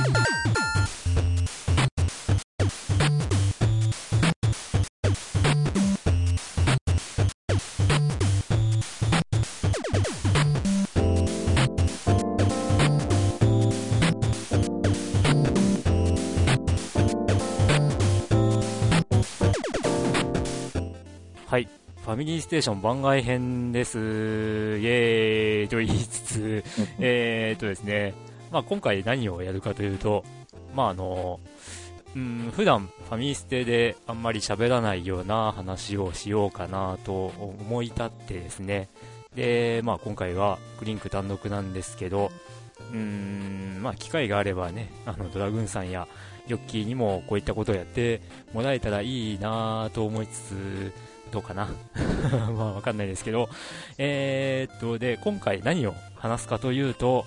はい、ファミリーステーション番外編です。イエーイと言いつつ、ですね、まあ今回何をやるかというと、まあ普段ファミリーステであんまり喋らないような話をしようかなと思い立ってですね、で、まあ今回はクリンク単独なんですけど、まあ機会があればね、ドラグーンさんやヨッキーにもこういったことをやってもらえたらいいなと思いつつ、どうかなまあわかんないですけど、で、今回何を話すかというと、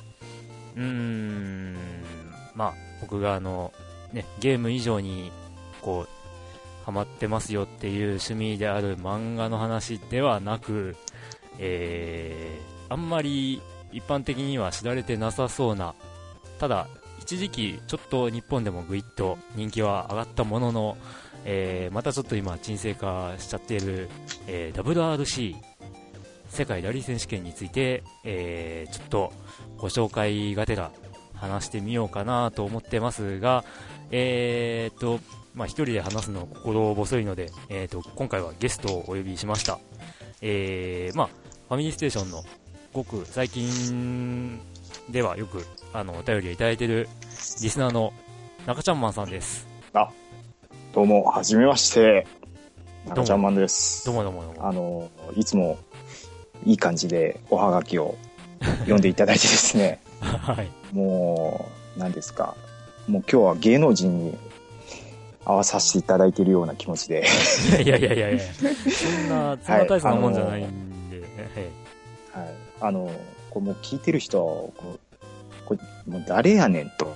まあ僕がゲーム以上にこうハマってますよっていう趣味である漫画の話ではなく、あんまり一般的には知られてなさそうな、ただ一時期ちょっと日本でもグイッと人気は上がったものの、またちょっと今沈静化しちゃっている、WRC 世界ラリー選手権について、ちょっとご紹介がてら話してみようかなと思ってますが、まあ一人で話すの心細いので、今回はゲストをお呼びしました。まあファミリーステーションのごく最近ではよくお便りをいただいているリスナーの中ちゃんマンさんです。 あ、どうもはじめまして、中ちゃんマンです。 どうもどうもどうも。 いつもいい感じでおはがきを読んでいただいてですねはい、 もう何ですか、もう今日は芸能人に会わさせていただいているような気持ちでいやそんな大層なもんじゃないんで、 はい、これもう聞いてる人はこれもう誰やねんと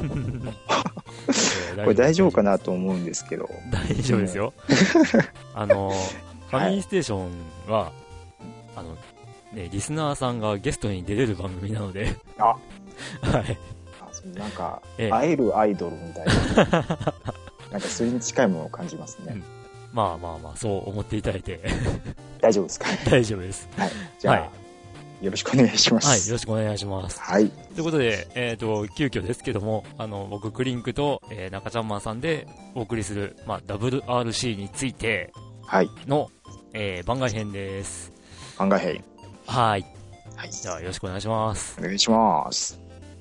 これ大丈夫かなと思うんですけど。 大丈夫ですよ。ファミリーステーションは、リスナーさんがゲストに出れる番組なのではい、 なんか、会えるアイドルみたいななんかそれに近いものを感じますね、 まあそう思っていただいて大丈夫ですか？ 大丈夫です。 はい、じゃあ、よろしくお願いします。 はい、よろしくお願いします。 はい。 ということで、急遽ですけども、僕クリンクと、中ちゃんマンさんでお送りする、まあ、WRC についての、番外編です。 番外編。 はい。 はい。 じゃあよろしくお願いします。 お願いします。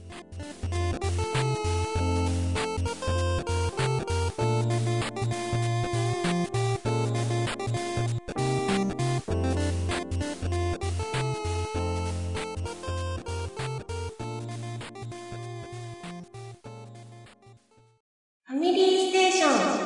ファミリーステーション。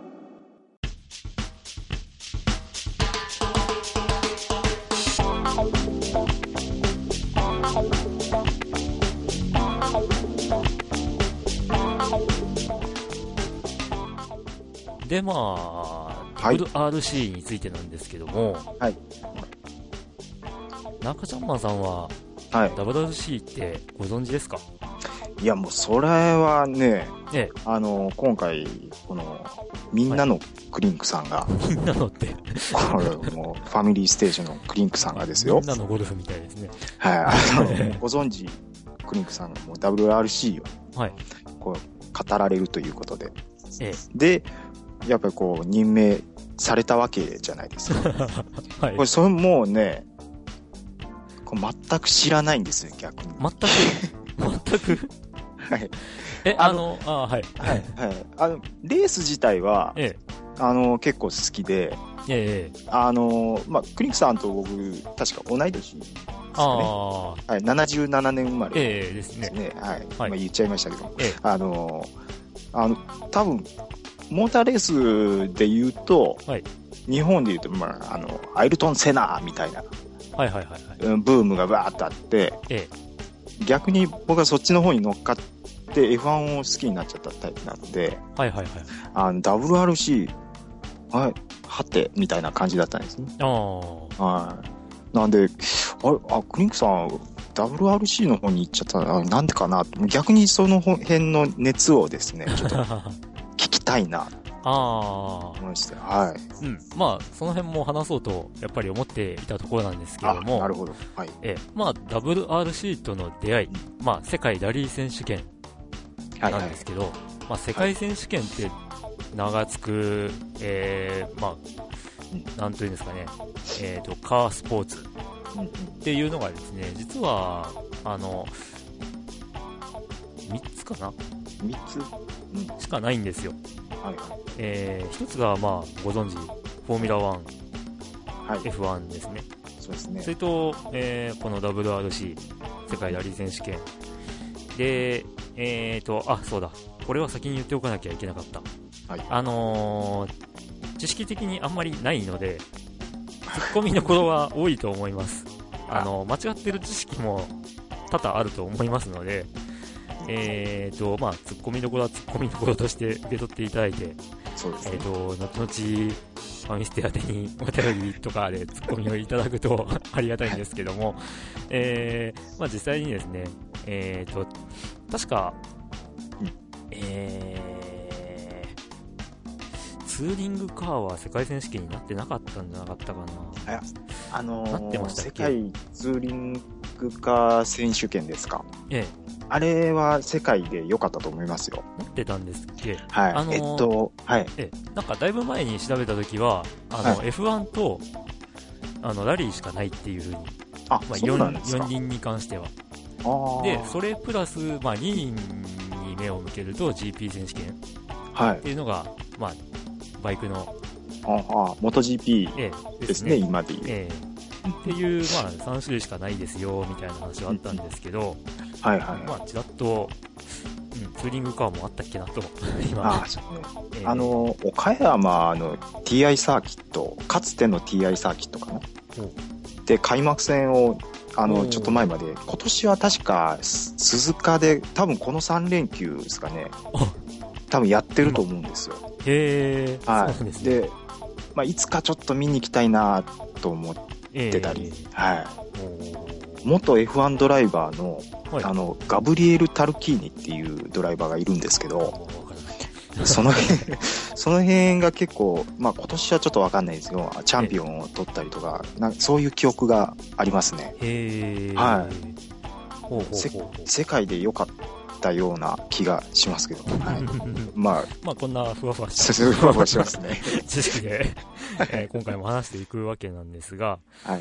で、まあ、WRC についてなんですけども、 はい。 中ちゃんマンさんは、 はい、 WRC ってご存知ですか？ いや、もうそれはね、今回このみんなのクリンクさんがみんなのってこれもうファミリーステーションのクリンクさんがですよ。 みんなのゴルフみたいですね。 はい、ご存知クリンクさんがもう WRC を、はい、こう語られるということで、でやっぱりこう任命されたわけじゃないですか。はい、これそれもうね、これ全く知らないんですよ、逆に。 全くはい。 はい。 レース自体は、結構好きで、まあ、クリンクさんと僕、確か同い年ですかね。はい、77年生まれですね。はい。まあ、言っちゃいましたけど、多分、モーターレースで言うと、日本で言うと、まあ、アイルトン・セナーみたいな、ブームがバーッとあって、逆に僕はそっちの方に乗っかって F1 を好きになっちゃったタイプなので、WRC はてみたいな感じだったんですね。はい。なんでクリンクさん WRC の方に行っちゃったら、なんでかな、逆にその辺の熱をですね、ちょっと聞きたいな。思いまして、はい。 うん。まあ、その辺も話そうと、やっぱり思っていたところなんですけれども。 なるほど。はい。 まあ、WRC との出会い、まあ、世界ラリー選手権なんですけど、まあ、世界選手権って名がつく、まあ、なんというんですかね、カースポーツっていうのがですね、実は、3つかな ?3 つ、 しかないんですよ。 はいはい。 一つが、まあ、ご存知、フォーミュラ1、 はい、 F1 ですね。 そうですね。 それと、この WRC、世界ラリー選手権。で、そうだ。これは先に言っておかなきゃいけなかった。はい。知識的にあんまりないので、ツッコミどころは多いと思います。間違ってる知識も多々あると思いますので、まあ、ツッコミどころはツッコミどころとして受け取っていただいて、 そうですね。 後々、ファミステ宛てにお便りとかでツッコミをいただくとありがたいんですけども、まあ、実際にですね、確か、ツーリングカーは世界選手権になってなかったんじゃなかったかな。なってましたっけ？ 世界ツーリングカー選手権ですか？あれは世界で良かったと思いますよ。 なってたんですっけ？ はい。はい。 なんかだいぶ前に調べたときは、F1 と、ラリーしかないっていう風に。 まあ、そうなんですか。 4輪に関しては。で、それプラス、まあ、2輪に目を向けると GP 選手権。はい。っていうのが、まあ、バイクの。 元 GP ですね、今で言う。 っていう、まあ、3種類しかないですよ、みたいな話はあったんですけど、 はいはい。 まあ、ちらっと、ツーリングカーもあったっけなと、今。 そうね。岡山の TI サーキット、かつての TI サーキットかな。で、開幕戦を、ちょっと前まで、今年は確か、鈴鹿で、多分この3連休ですかね。多分やってると思うんですよ。 へー。 はい。 そうですね。 で、まあ、いつかちょっと見に行きたいなと思ってたり、はい。元 F1 ドライバーの、ガブリエル・タルキーニっていうドライバーがいるんですけど、その辺が結構、まあ今年はちょっとわかんないですよ。チャンピオンを取ったりとか、そういう記憶がありますね。はい。世界で良かったような気がしますけど、はい。まあこんなふわふわしますね。 知識で、今回も話していくわけなんですが、 はい。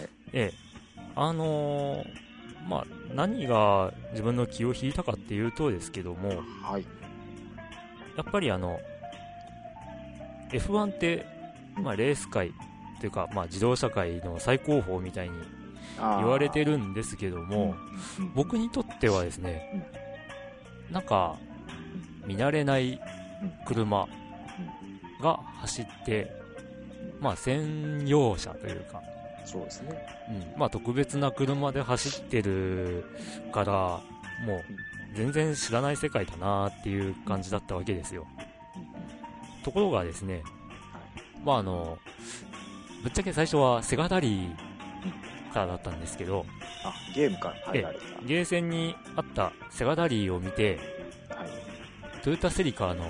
まあ、何が自分の気を引いたかっていうとですけども、 はい。 やっぱりF1 って、まあ、レース界というか、まあ、自動車界の最高峰みたいに言われてるんですけども、僕にとってはですね、なんか、見慣れない車が走って、まあ、専用車というか、 そうですね。 まあ特別な車で走ってるから、もう全然知らない世界だなっていう感じだったわけですよ。ところがですね、まあぶっちゃけ最初はセガラリーからだったんですけど、 ゲームから入られた。 ゲーセンにあったセガラリーを見て、トヨタセリカーの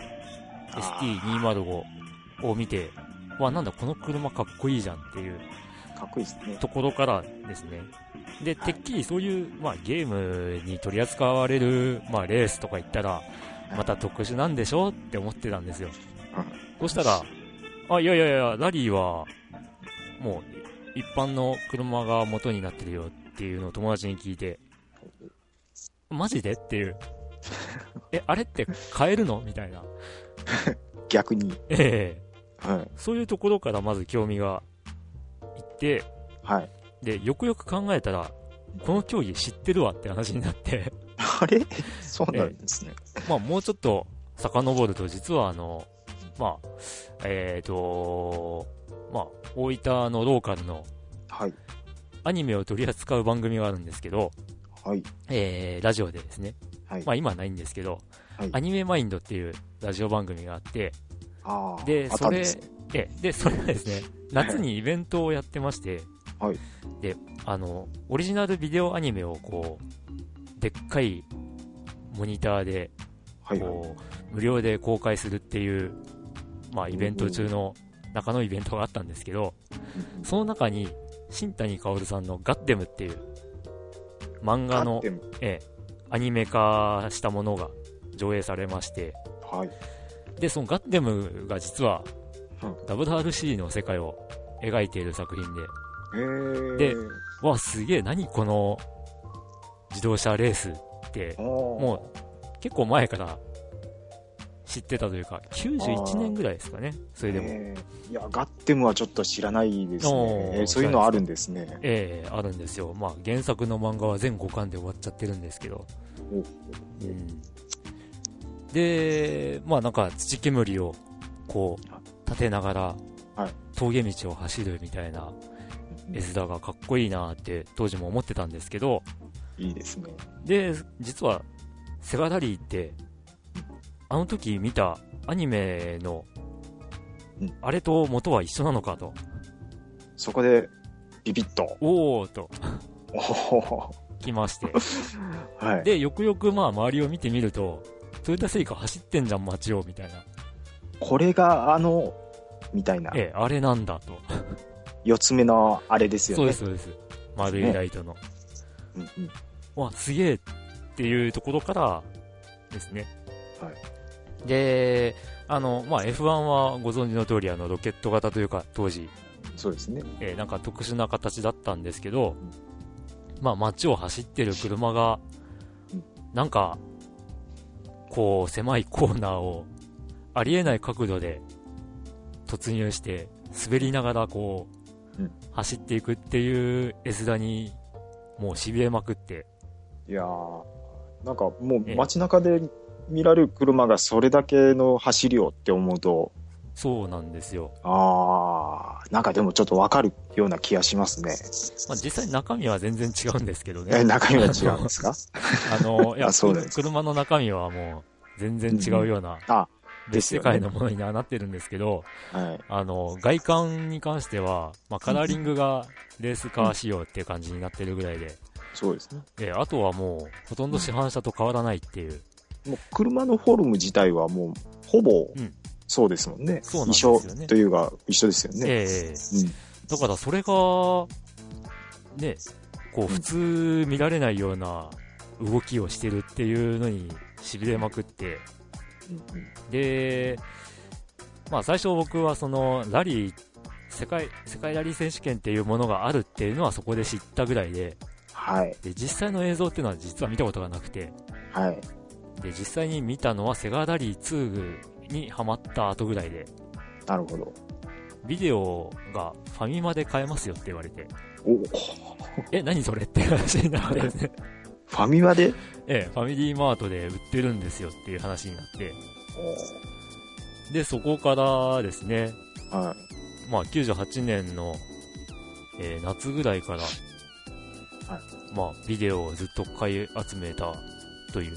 ST205 を見て、なんだこの車かっこいいじゃんっていうかっこいいですね。 ところからですね。で、てっきりそういう、まあ、ゲームに取り扱われる、まあ、レースとか言ったら、また特殊なんでしょって思ってたんですよ。そしたら、いや、ラリーは、もう、一般の車が元になってるよっていうのを友達に聞いて、マジでっていう。あれって買えるのみたいな。 逆に。 そういうところからまず興味がで、で、よくよく考えたら、この競技知ってるわって話になって。 あれそうなんですね。 まあ、もうちょっと遡ると、実はまあ、まあ、大分のローカルの、アニメを取り扱う番組があるんですけど、ラジオでですね。まあ、今はないんですけど、アニメマインドっていうラジオ番組があって、で、それはですね、夏にイベントをやってまして、 はい。 で、オリジナルビデオアニメをこう、でっかいモニターで、 はい。 こう、無料で公開するっていう、まあ、イベント中の中のイベントがあったんですけど、その中に、新谷薫さんのガッデムっていう漫画の、アニメ化したものが上映されまして、 はい。 で、そのガッデムが実は、WRC の世界を描いている作品で、で、わ、すげえ、何この自動車レースって、もう結構前から知ってたというか、91年ぐらいですかね、それでも。 いや、ガッテムはちょっっと知らないですね。そういうのあるんですね。 あるんですよ。まあ、原作の漫画は全5巻で終わっちゃってるんですけど。で、まあなんか土煙をこう立てながら峠道を走るみたいな絵面がかっこいいなって当時も思ってたんですけど、 いいですね。 で、実はセガラリーってあの時見たアニメのあれと元は一緒なのかと、 そこでビビッとおーと来まして、はい、でよくよくまあ周りを見てみるとトヨタセイカ走ってんじゃん街をみたいな、これがみたいな、 あれなんだと 4つ目のあれですよね。 そうですそうです、丸いライトの、わすげえっていうところからですね。はい、でまあ、F1 はご存知の通りロケット型というか当時そうですね、 なんか特殊な形だったんですけど、まあ街を走ってる車がなんかこう狭いコーナーをありえない角度で突入して滑りながらこう、走っていくっていう絵面にもう痺れまくって、 いやーなんかもう街中で見られる車がそれだけの走りをって思うと、 そうなんですよ。 なんかでもちょっとわかるような気がしますね。 まあ、実際中身は全然違うんですけどね。 中身は違うんですかいや車の中身はもう全然違うような、別世界のものにはなってるんですけど、外観に関しては、まあ、カラーリングがレースカー仕様っていう感じになってるぐらいで、 そうですね。 あとはもうほとんど市販車と変わらないっていう。 もう車のフォルム自体はもうほぼ、そうですもんね。そうなんですよね。一緒というか一緒ですよね。 だからそれがね、こう普通見られないような動きをしてるっていうのに痺れまくって、で、まあ最初僕はそのラリー世界ラリー選手権っていうものがあるっていうのはそこで知ったぐらいで、で実際の映像っていうのは実は見たことがなくて、で実際に見たのはセガラリー2にハマった後ぐらいで、 なるほど。 ビデオがファミマで買えますよって言われて、何それって話になってですねファミマで？ ファミリーマートで売ってるんですよっていう話になって、でそこからですね、まあ98年の、夏ぐらいから、まあビデオをずっと買い集めたという、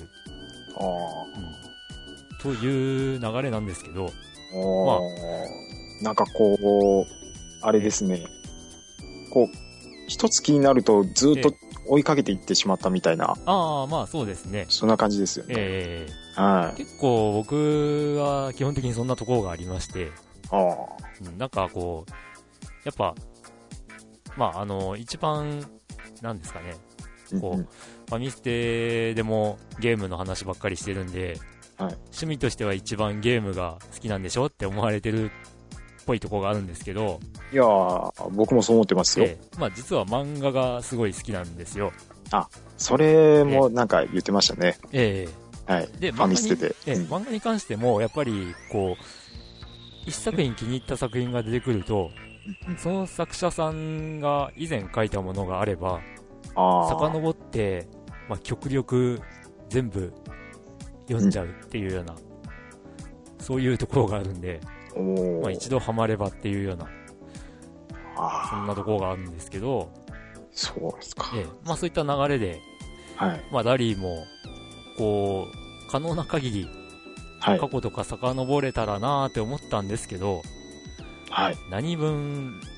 という流れなんですけど、 なんかこうあれですね、こう一つ気になるとずっと追いかけていってしまったみたいな、 まあそうですね、 そんな感じですよね。 結構僕は基本的にそんなところがありまして、なんかこうやっぱまあ一番なんですかね、こうファミステでもゲームの話ばっかりしてるんで、趣味としては一番ゲームが好きなんでしょって思われてるっぽいところがあるんですけど、 いやー僕もそう思ってますよ。 まあ実は漫画がすごい好きなんですよ。 それもなんか言ってましたね。 でファミステで、 漫画に関してもやっぱりこう一作品気に入った作品が出てくると、その作者さんが以前書いたものがあれば遡って、まあ、極力全部読んじゃうっていうような、そういうところがあるんで、まあ、一度ハマればっていうような、そんなところがあるんですけど、 そうですか。 まあそういった流れで、まあラリーもこう可能な限り過去とか遡れたらなーって思ったんですけど、何分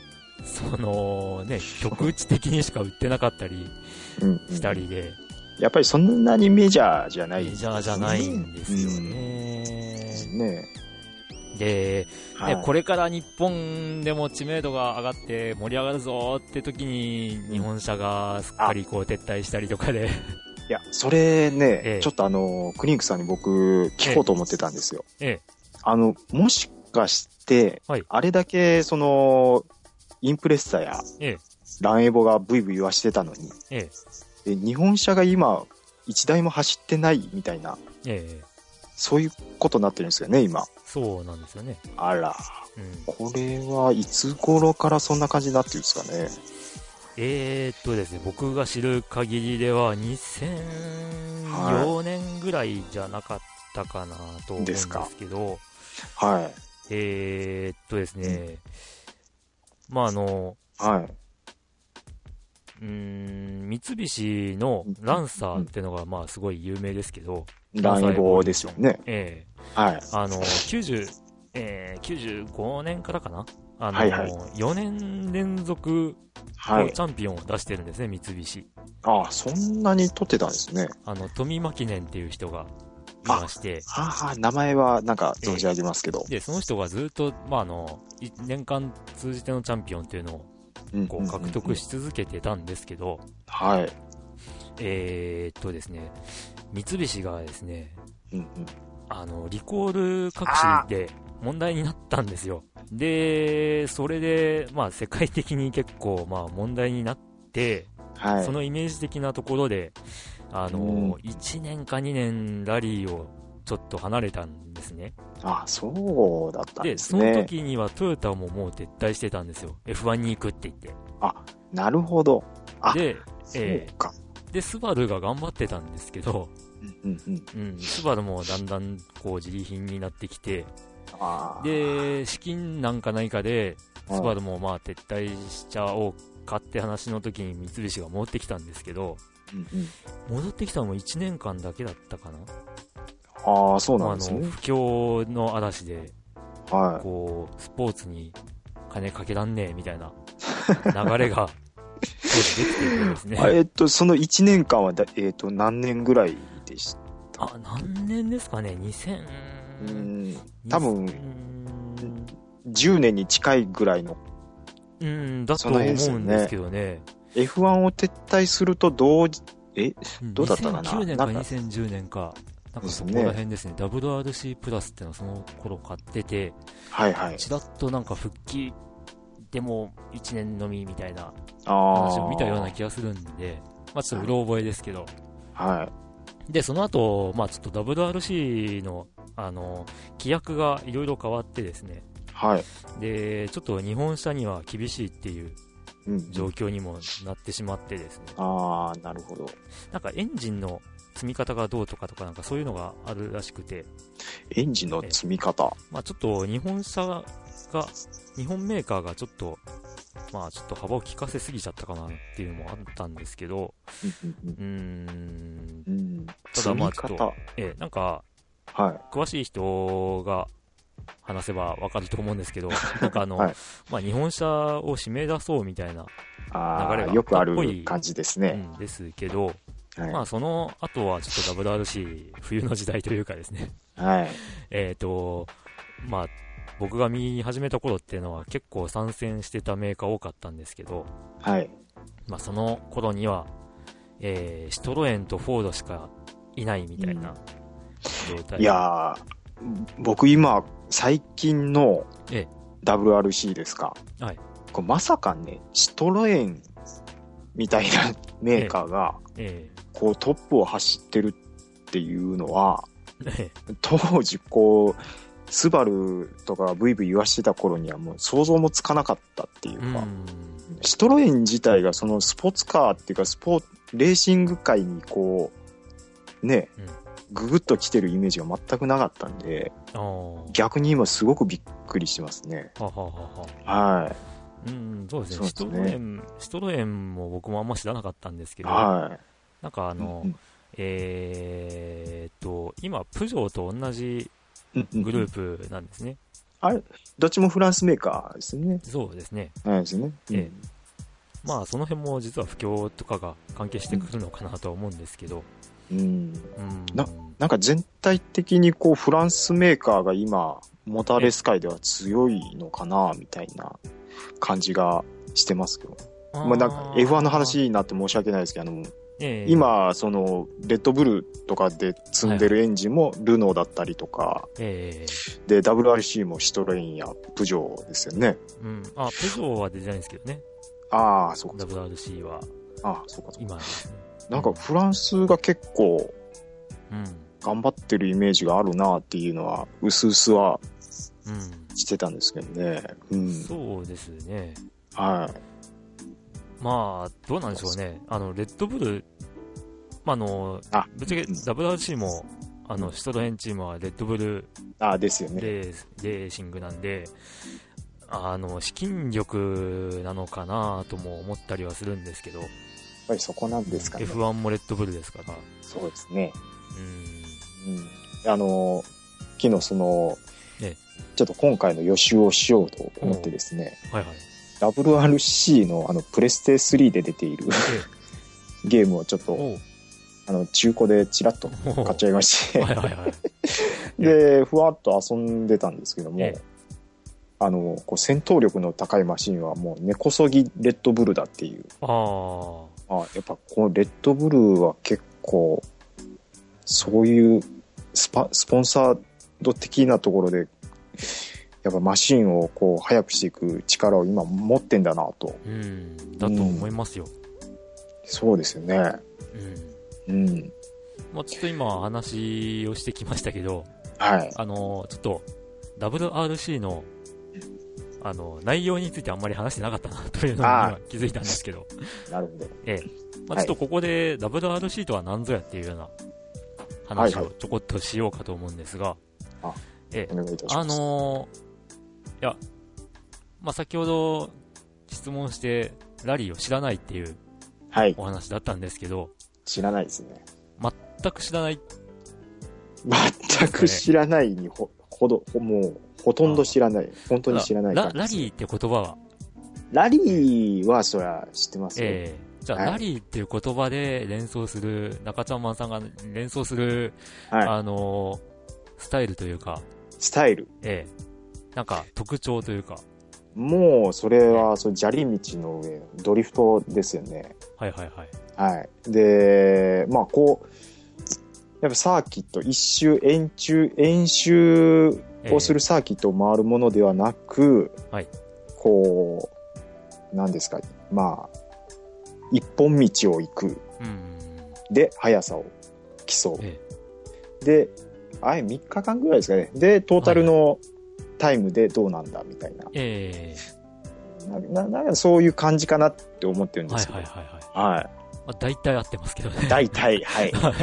そのね、局地的にしか売ってなかったりしたりで、 やっぱりそんなにメジャーじゃない、 メジャーじゃないんですよね。で、ね、これから日本でも知名度が上がって盛り上がるぞって時に日本車がすっかりこう撤退したりとかで。 いや、それね、ちょっとクリンクさんに僕聞こうと思ってたんですよ。もしかして、あれだけその、インプレッサや、ランエボがブイブイ言わしてたのに、日本車が今、一台も走ってないみたいな、そういうことになってるんですよね、今。 そうなんですよね。 あら、これはいつ頃からそんな感じになってるんですかね。 ですね、僕が知る限りでは2004年ぐらいじゃなかったかなと思うんですけど、ですね、三菱のランサーっていうのがすごい有名ですけど、 ランエボですよね。 95年からかな、4年連続チャンピオンを出してるんですね、三菱。 そんなに取ってたんですね。 富牧年っていう人がいまして。 名前はなんか存じ上げますけど。 で、その人がずっと、年間通じてのチャンピオンっていうのをこう獲得し続けてたんですけど、ですね、三菱がですね、リコール各種で問題になったんですよ。で、それで、世界的に結構、問題になって、そのイメージ的なところで、1年か2年ラリーをちょっと離れたんですね。 そうだったんですね。 で、その時にはトヨタももう撤退してたんですよ。F1 に行くって言って。 なるほど。 で、 そうか。 で、スバルが頑張ってたんですけど、スバルもだんだんこう自利品になってきて、で、資金なんかないかで、スバルも撤退しちゃおうかって話の時に三菱が戻ってきたんですけど、戻ってきたのも1年間だけだったかな。 そうなんですね。 不況の嵐で、こう、スポーツに金かけらんねえみたいな流れが、できているんですね。 その1年間は何年ぐらいでした？ 何年ですかね、 多分、10年に近いぐらいの。 だと思うんですけどね。 F1 を撤退するとどうだったかな。 2009年か2010年か。なんかそこら辺ですね。WRC プラスってのはその頃買ってて、ちらっとなんか復帰でも1年のみみたいな話を見たような気がするんで、ちょっとうろ覚えですけど。で、その後、ちょっと WRC の、規約がいろいろ変わってですね。で、ちょっと日本車には厳しいっていう状況にもなってしまってですね。 なるほど。 なんかエンジンの積み方がどうとかなんかそういうのがあるらしくて。 エンジンの積み方？ ちょっと日本メーカーがちょっと、ちょっと幅を利かせすぎちゃったかなっていうのもあったんですけど、ただちょっと、なんか、詳しい人が話せばわかると思うんですけど、なんか日本車を締め出そうみたいな流れがよくある感じですね。 ですけど、その後はちょっと WRC 冬の時代というかですね。僕が見始めた頃っていうのは結構参戦してたメーカー多かったんですけど、その頃には、シトロエンとフォードしかいないみたいな状態。 いやー、僕今、最近の WRC ですか。これまさかね、シトロエンみたいなメーカーが、こうトップを走ってるっていうのは、当時こう、スバルとかブイブイ言わしてた頃にはもう想像もつかなかったっていうか、シトロエン自体がそのスポーツカーっていうかレーシング界にこう、ね、ググッと来てるイメージが全くなかったんで、逆に今すごくびっくりしてますね。 そうですね。シトロエンも僕もあんま知らなかったんですけど、なんか今、プジョーと同じグループなんですね。 あれ、どっちもフランスメーカーですね。 そうですね。 はいですね。 まあ、その辺も実は不況とかが関係してくるのかなとは思うんですけど。 なんか全体的にこう、フランスメーカーが今、モーターレース界では強いのかな、みたいな感じがしてますけど。まあなんか F1 の話になって申し訳ないですけど、今、その、レッドブルとかで積んでるエンジンもルノーだったりとか、で、WRC もシトロエンやプジョーですよね。 プジョーは出てないんですけどね。 そうか。 WRC は。 そうか。 今ですね。 なんかフランスが結構、頑張ってるイメージがあるなっていうのは、うすうすは、してたんですけどね。 そうですね。 はい。 まあ、どうなんでしょうね。レッドブル、ぶっちゃけ WRC も、シトロエンチームはレッドブルですよね。 レーシングなんで、資金力なのかなとも思ったりはするんですけど。やっぱりそこなんですかね。 F1 もレッドブルですから。 そうですね。昨日その、ちょっと今回の予習をしようと思ってですね。WRC のプレステ3で出ているゲームをちょっと中古でチラッと買っちゃいましてでふわっと遊んでたんですけども、こう戦闘力の高いマシンはもう根こそぎレッドブルだっていう。やっぱこのレッドブルは結構そういうスポンサード的なところでやっぱマシンをこう速くしていく力を今持ってんだなと。 だと思いますよ。 そうですよね。 まあちょっと今話をしてきましたけど、ちょっと WRC の内容についてあんまり話してなかったなというのに今気づいたんですけど。 なるほど。 ちょっとここで WRC とは何ぞやっていうような話をちょこっとしようかと思うんですが、 お願いいたします。 先ほど質問してラリーを知らないっていうお話だったんですけど、 知らないですね。 全く知らない。 全く知らないにもうほとんど知らない。本当に知らない感じです。 ラリーって言葉はラリーはそりゃ知ってますよ。 じゃあ、ラリーっていう言葉で連想する、中ちゃんマンさんが連想する、スタイルというか。 スタイルなんか特徴というか。 もう、それは、砂利道の上、ドリフトですよね。で、まあ、こう、やっぱサーキット、演習をするサーキットを回るものではなく、こう、何ですか、まあ、一本道を行く。で、速さを競う。で、3日間ぐらいですかね。で、トータルのタイムでどうなんだみたいな。なんかそういう感じかなって思ってるんですけど。 大体合ってますけどね。 大体、はい。 ラ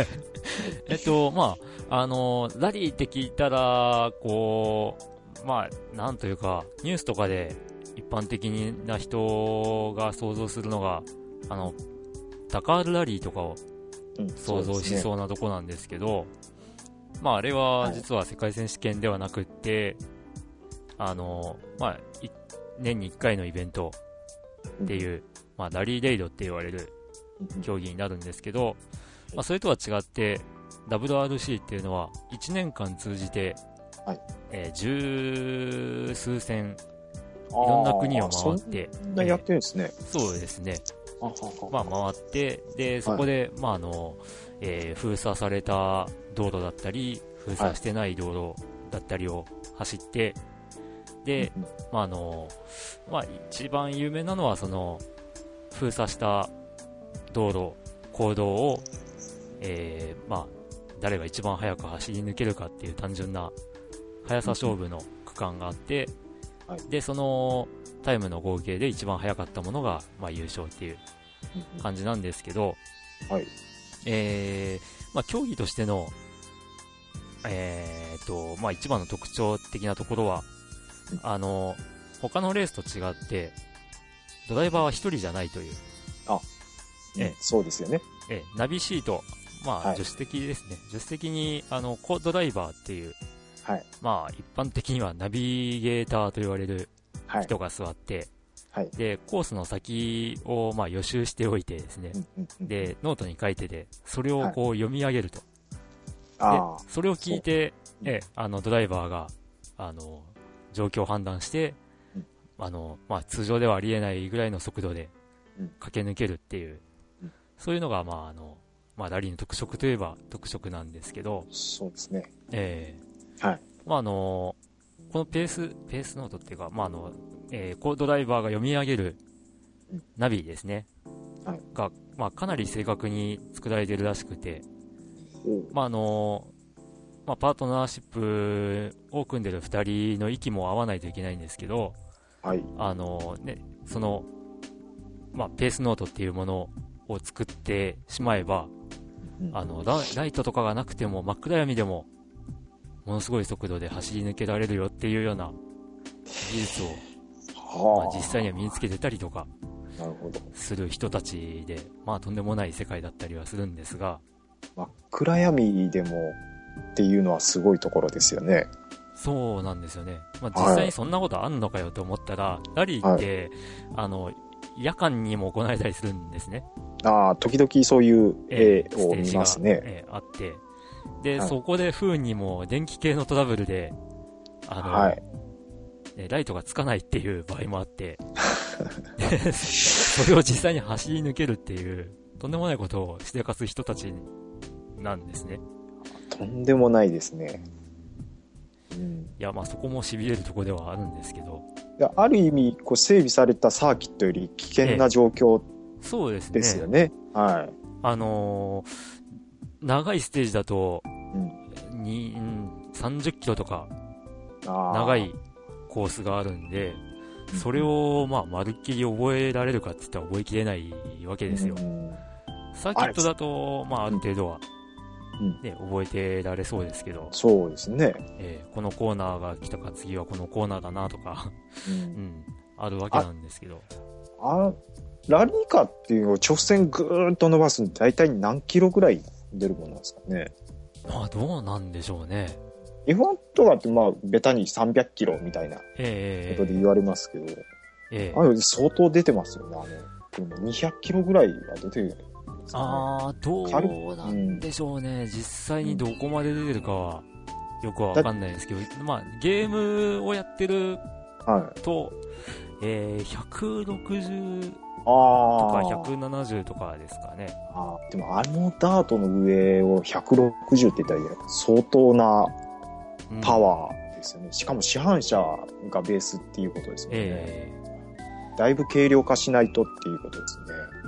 リーって聞いたら、こう、なんというか、ニュースとかで一般的な人が想像するのが、ダカールラリーとかを想像しそうなとこなんですけど、あれは実は世界選手権ではなくって、年に1回のイベントっていう、ラリーレイドって言われる競技になるんですけど、それとは違って、WRC っていうのは1年間通じて、十数戦、いろんな国を回って、 やってるんですね。 そうですね。回って、で、そこで、封鎖された道路だったり、封鎖してない道路だったりを走って、で、一番有名なのは、封鎖した道路、公道を、誰が一番速く走り抜けるかっていう単純な速さ勝負の区間があって、で、そのタイムの合計で一番速かったものが、優勝っていう感じなんですけど、競技としての、一番の特徴的なところは、他のレースと違って、ドライバーは一人じゃないという。 そうですよね。 ナビシート、助手席ですね。助手席に、コドライバーっていう、 はい。 まあ、一般的にはナビゲーターと言われる人が座って、 はい。 で、コースの先をまあ予習しておいてですね、で、ノートに書いてで、それをこう読み上げると。 はい、 で、それを聞いて、ドライバーが、状況を判断して、まあ、通常ではありえないぐらいの速度で駆け抜けるっていう、そういうのが、まあ、ラリーの特色といえば特色なんですけど、 そうですね。 はい。まあ、 このペースノートっていうか、まあ、ドライバーが読み上げるナビですね。 はい。 が、まあ、かなり正確に作られてるらしくて、まあ、パートナーシップを組んでる2人の息も合わないといけないんですけど、 はい。 その、まあ、ペースノートっていうものを作ってしまえば、ライトとかがなくても真っ暗闇でもものすごい速度で走り抜けられるよっていうような技術を、まあ、実際には身につけてたりとかする人たちで、まあ、とんでもない世界だったりはするんですが、 真っ暗闇でもっていうのはすごいところですよね。 そうなんですよね。まあ、実際にそんなことあんのかよと思ったら、ラリーって、夜間にも行われたりするんですね。 時々そういう絵を見ますね。 あって。で、そこで不運にも電気系のトラブルで、ライトがつかないっていう場合もあって、それを実際に走り抜けるっていう、とんでもないことをしてかす人たちなんですね。 とんでもないですね。 いや、まあそこも痺れるところではあるんですけど。 ある意味、整備されたサーキットより危険な状況そうですね。 ですよね。はい。 長いステージだと、30キロとか、長いコースがあるんで、それを、まあ、まるっきり覚えられるかって言ったら覚えきれないわけですよ。サーキットだと、まあ、ある程度は、覚えてられそうですけど。 そうですね。 このコーナーが来たか次はこのコーナーだなとか、あるわけなんですけど。 ラリーカーっていうのを直線ぐーっと伸ばすの大体何キロぐらい出るものなんですかね。 まあどうなんでしょうね。 F1 とかってまあベタに300キロみたいなことで言われますけど、相当出てますよね。200キロぐらいは出てるんですかね。 どうなんでしょうね。実際にどこまで出てるかはよくわかんないですけど、まあゲームをやってると、160とか170とかですかね。 でもダートの上を160って言ったら相当なパワーですよね。しかも市販車がベースっていうことですよね。だいぶ軽量化しないとっていうことですね。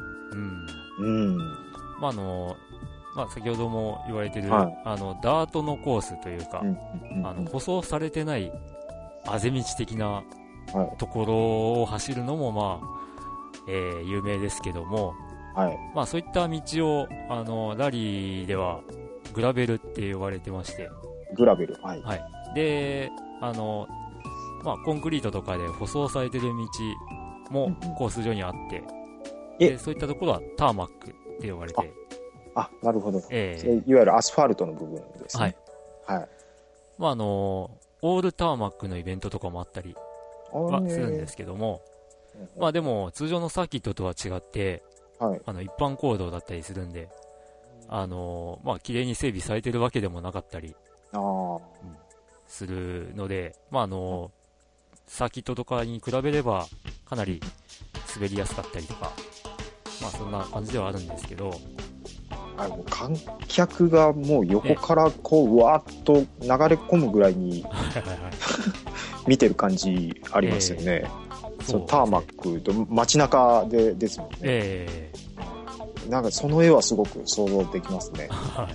まあまあ先ほども言われてる、ダートのコースというか、舗装されてないあぜ道的なところを走るのもまあ、有名ですけども、まあそういった道をラリーではグラベルって呼ばれてまして、 グラベル、 でまあコンクリートとかで舗装されてる道もコース上にあって、でそういったところはターマックって呼ばれて、 なるほど、いわゆるアスファルトの部分ですね。 まあオールターマックのイベントとかもあったりはするんですけども、まあでも通常のサーキットとは違って、一般公道だったりするんで、まあ綺麗に整備されてるわけでもなかったりするので、まあサーキットとかに比べればかなり滑りやすかったりとか、まあそんな感じではあるんですけど、 観客がもう横からこううわーっと流れ込むぐらいに見てる感じありますよね。ターマックと街中ですもんね。なんかその絵はすごく想像できますね。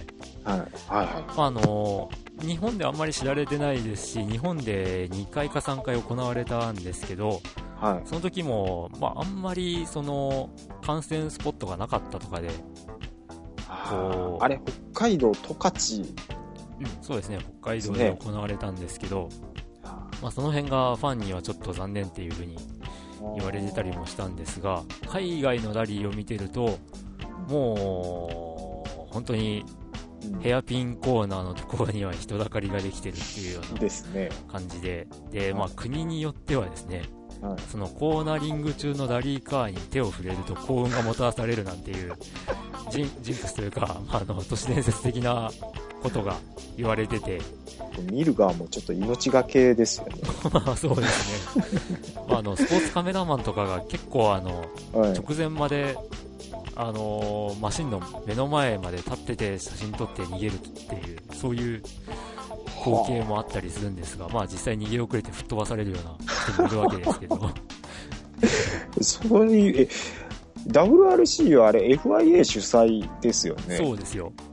日本であんまり知られてないですし、日本で2回か3回行われたんですけど、その時も、まあ、あんまりその観戦スポットがなかったとかで、 あれ北海道十勝、 そうですね、北海道で行われたんですけど、まあ、その辺がファンにはちょっと残念っていう風に言われてたりもしたんですが、海外のラリーを見てるともう本当にヘアピンコーナーのところには人だかりができてるっていうような感じで、で、まあ国によってはですね、そのコーナリング中のラリーカーに手を触れると幸運がもたらされるなんていうジンクスというか、都市伝説的なことが言われてて、 見る側もちょっと命がけですよね。 そうですね。スポーツカメラマンとかが結構直前までマシンの目の前まで立ってて写真撮って逃げるっていう、そういう光景もあったりするんですが、まあ実際逃げ遅れて吹っ飛ばされるような人もいるわけですけど。 そういう、WRC はあれ FIA 主催ですよね。 そうですよ。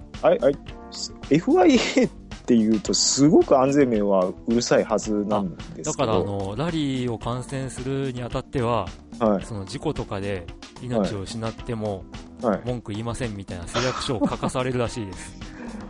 FIA っていうとすごく安全面はうるさいはずなんですけど。 だからラリーを観戦するにあたっては、その事故とかで命を失っても文句言いませんみたいな誓約書を書かされるらしいです。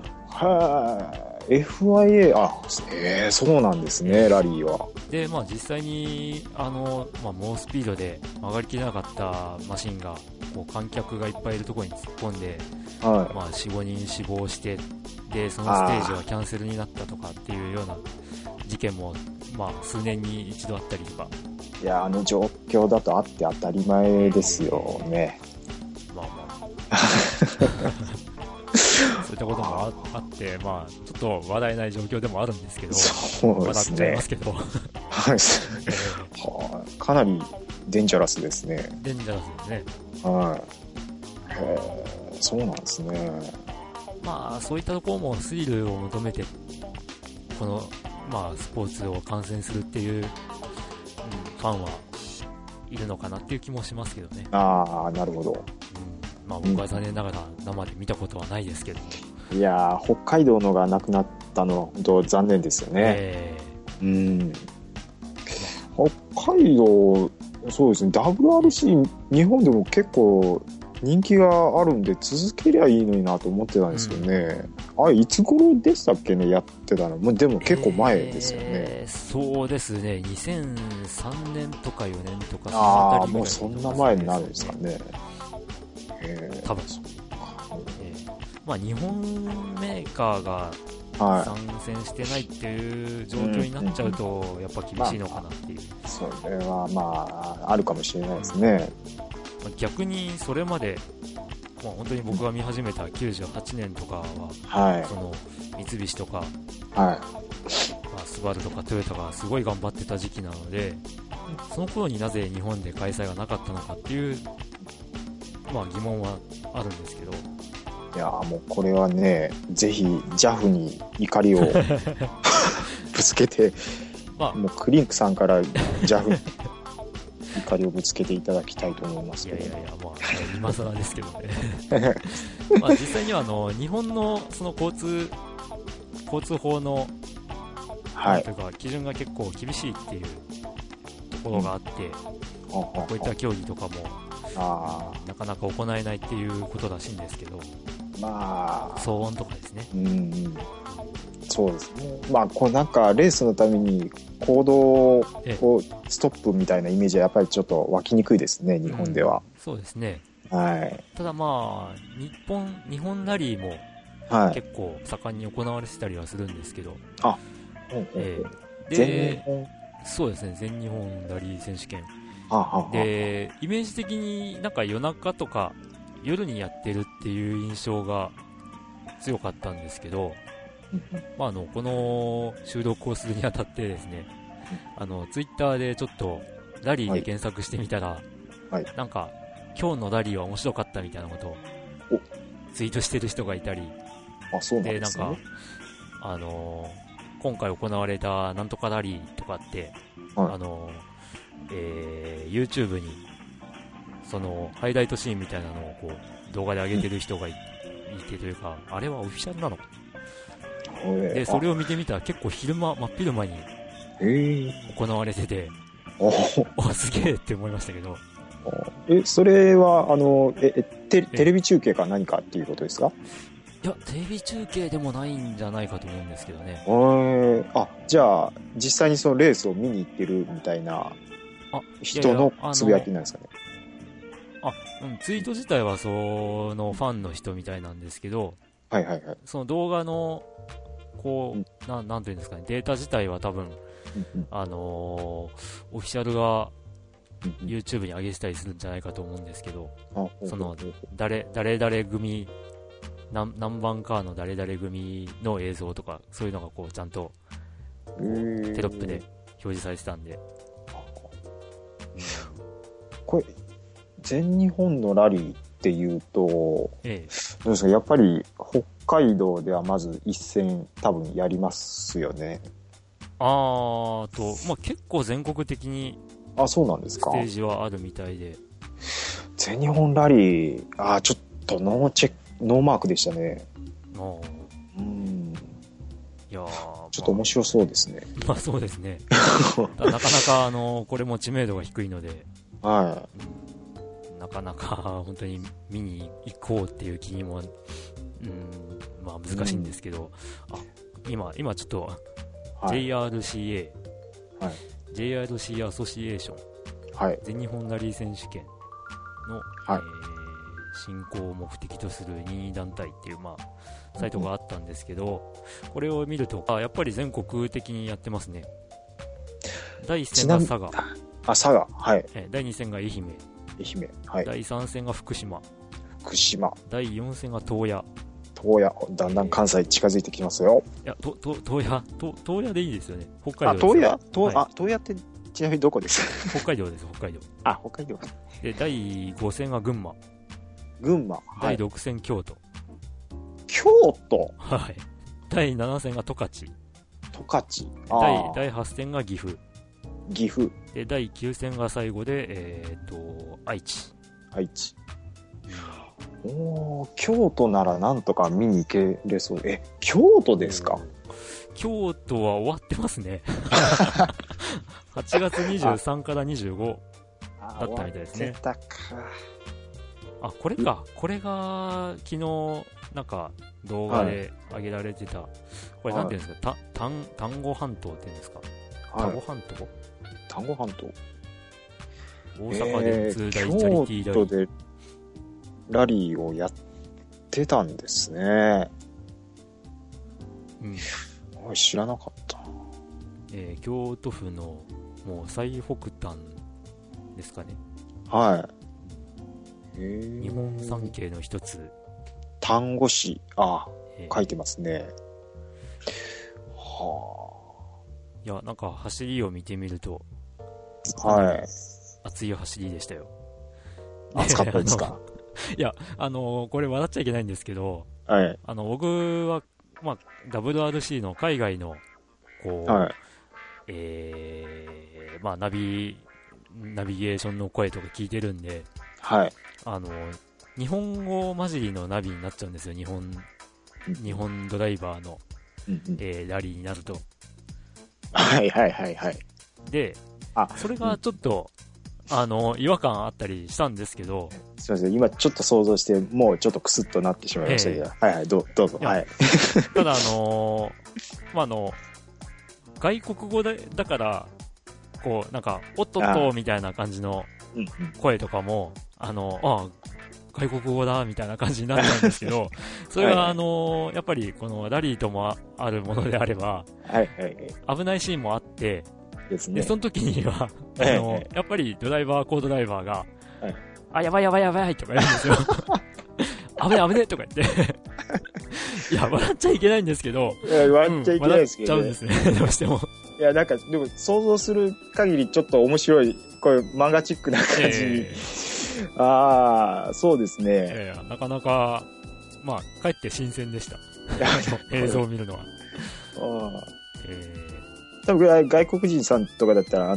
FIA、そうなんですね、ラリーは。 で、まあ実際に、猛スピードで曲がりきれなかったマシンが、こう観客がいっぱいいるところに突っ込んで、4、5人死亡して、で、そのステージはキャンセルになったとかっていうような事件も、数年に一度あったりとか。 いや、状況だとあって当たり前ですよね。 そういったこともあって、ちょっと話題ない状況でもあるんですけど、 そうですね。 笑っちゃいますけど。 かなりデンジャラスですね。 デンジャラスですね。 そうなんですね。 そういったところもスリルを求めて、この、スポーツを観戦するっていう、ファンはいるのかなっていう気もしますけどね。 なるほど。 僕は残念ながら生で見たことはないですけど。 いやー、北海道のがなくなったのは本当残念ですよね。北海道、そうですね、WRC 日本でも結構人気があるんで続けりゃいいのになと思ってたんですけどね。いつ頃でしたっけね、やってたの。でも結構前ですよね。 そうですね、2003年とか4年とか、 もうそんな前になるんですかね。 多分そう。日本メーカーが参戦してないっていう状況になっちゃうと、やっぱ厳しいのかなっていう。それはあるかもしれないですね。 逆にそれまで、本当に僕が見始めた98年とかは、その三菱とか、スバルとかトヨタがすごい頑張ってた時期なので、その頃になぜ日本で開催がなかったのかっていう、疑問はあるんですけど。 いやもうこれはね、ぜひ JAF に怒りをぶつけて、もうクリンクさんから JAF に怒りをぶつけていただきたいと思いますけど。 今更ですけどね。実際には日本のその交通法の、というか基準が結構厳しいっていうところがあって、こういった競技とかもなかなか行えないっていうことらしいんですけど、騒音とかですね。 そうですね。こうなんかレースのために行動をストップみたいなイメージはやっぱりちょっと湧きにくいですね、日本では。 そうですね。ただ日本ラリーも結構盛んに行われてたりはするんですけど。で、そうですね、全日本ラリー選手権。で、イメージ的になんか夜中とか夜にやってるっていう印象が強かったんですけど、この収録をするにあたってですね、ツイッターでちょっとラリーで検索してみたら、なんか今日のラリーは面白かったみたいなことをツイートしてる人がいたり、 で、 なんか今回行われたなんとかラリーとかって、YouTube にそのハイライトシーンみたいなのをこう動画で上げてる人がいてというか、あれはオフィシャルなのかで、それを見てみたら結構真っ昼間に行われてて、すげえって思いましたけど。 それはテレビ中継か何かっていうことですか？ いや、テレビ中継でもないんじゃないかと思うんですけどね。 じゃあ実際にそのレースを見に行ってるみたいな人のつぶやきなんですかね？ ツイート自体はそのファンの人みたいなんですけど、 はいはいはい。 その動画の、こう、なんていうんですかね、データ自体は多分、オフィシャルが YouTube に上げてたりするんじゃないかと思うんですけど、その、誰々組、何番かの誰々組の映像とか、そういうのがこう、ちゃんと、テロップで表示されてたんで。 これ、全日本のラリーっていうと、どうですか、やっぱり北海道ではまず一戦多分やりますよね。 まあ、結構全国的に、 そうなんですか。 ステージはあるみたいで。 全日本ラリー、ちょっとノーマークでしたね。いやちょっと面白そうですね。 まあそうですね。なかなかこれも知名度が低いので、 はい。 なかなか本当に見に行こうっていう気にも、まあ難しいんですけど、今ちょっと、JRCA、JRC アソシエーション、全日本ラリー選手権の、振興を目的とする任意団体っていう、まあ、サイトがあったんですけど、これを見ると、やっぱり全国的にやってますね。第1戦が佐賀。 佐賀、はい。 第2戦が愛媛。 はい。 第3戦が福島。第4戦が洞爺。 だんだん関西近づいてきますよ。 いや、洞爺でいいですよね。北海道です。 洞爺ってちなみにどこですか？ 北海道です、北海道。 北海道。 で、第5戦が群馬。第6戦京都。はい。第7戦が十勝。第8戦が岐阜。で、第9戦が最後で、愛知。 京都ならなんとか見に行けれそう。京都ですか？ 京都は終わってますね。8月23から25だったみたいですね。これか。これが昨日なんか動画で上げられてた。これなんていうんですか？丹後半島って言うんですか？丹後半島？大阪電通大チャリティーラリー。 京都でラリーをやってたんですね。知らなかった。 京都府のもう最北端ですかね。日本三景の一つ。 丹後市、書いてますね。 いや、なんか走りを見てみると、熱い走りでしたよ。 熱かったですか？ いや、これ笑っちゃいけないんですけど、僕は、まあ、WRC の海外の、こう、まあ、ナビゲーションの声とか聞いてるんで、日本語混じりのナビになっちゃうんですよ、日本ドライバーの、ラリーになると。で、それがちょっと、違和感あったりしたんですけど。 すみません、今ちょっと想像して、もうちょっとクスッとなってしまいましたけど、どうぞ。ただまあ、外国語だから、こう、なんか、おっとっとみたいな感じの声とかも、外国語だみたいな感じになっちゃうんですけど、それはやっぱりこのラリーともあるものであれば、危ないシーンもあって、でその時にはやっぱりコードライバーが、やばいとか言うんですよ。危ねとか言って。いや、笑っちゃいけないんですけど。 笑っちゃいけないですけど、 笑っちゃうんですね、どうしても。 いや、なんか、でも想像する限りちょっと面白い、こういう漫画チックな感じに。そうですね。 なかなか、まあ、かえって新鮮でした。映像を見るのは。 多分外国人さんとかだったら、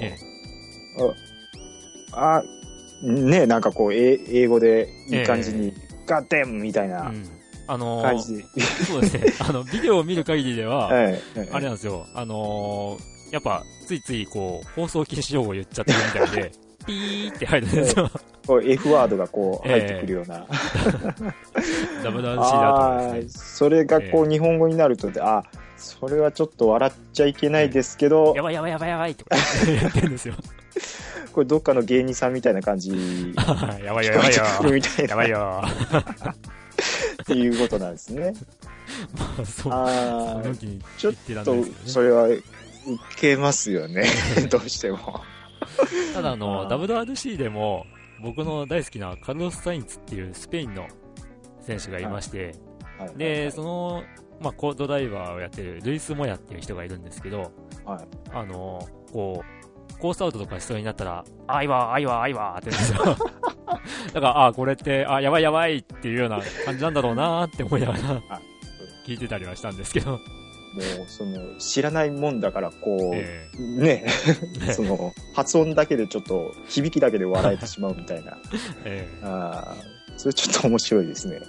なんかこう、英語でいい感じに、ガッテンみたいな感じで。 そうですね。ビデオを見る限りでは、あれなんですよ。やっぱ、ついついこう、放送禁止用語言っちゃってるみたいで、ピーって入るんですよ。 F ワードがこう入ってくるような。 WRC だとですね。 それがこう日本語になると、それはちょっと笑っちゃいけないですけど。 やばいとか言ってるんですよ。 これどっかの芸人さんみたいな感じ。 やばいよ。 みたいな。 やばいよ。 っていうことなんですね。 まあ、そう。その時にちょっと、それは、受けますよね。どうしても。 ただWRC でも、僕の大好きなカルロス・サインツっていうスペインの選手がいまして、で、その、まあ、コードライバーをやってるルイス・モヤっていう人がいるんですけど、 はい、 こう、コースアウトとかしそうになったら、あいわって言うんですよ。だから、これって、やばいやばいっていうような感じなんだろうなって思いながら聞いてたりはしたんですけど。もう、知らないもんだから、ね、発音だけでちょっと、響きだけで笑えてしまうみたいな。それちょっと面白いですね。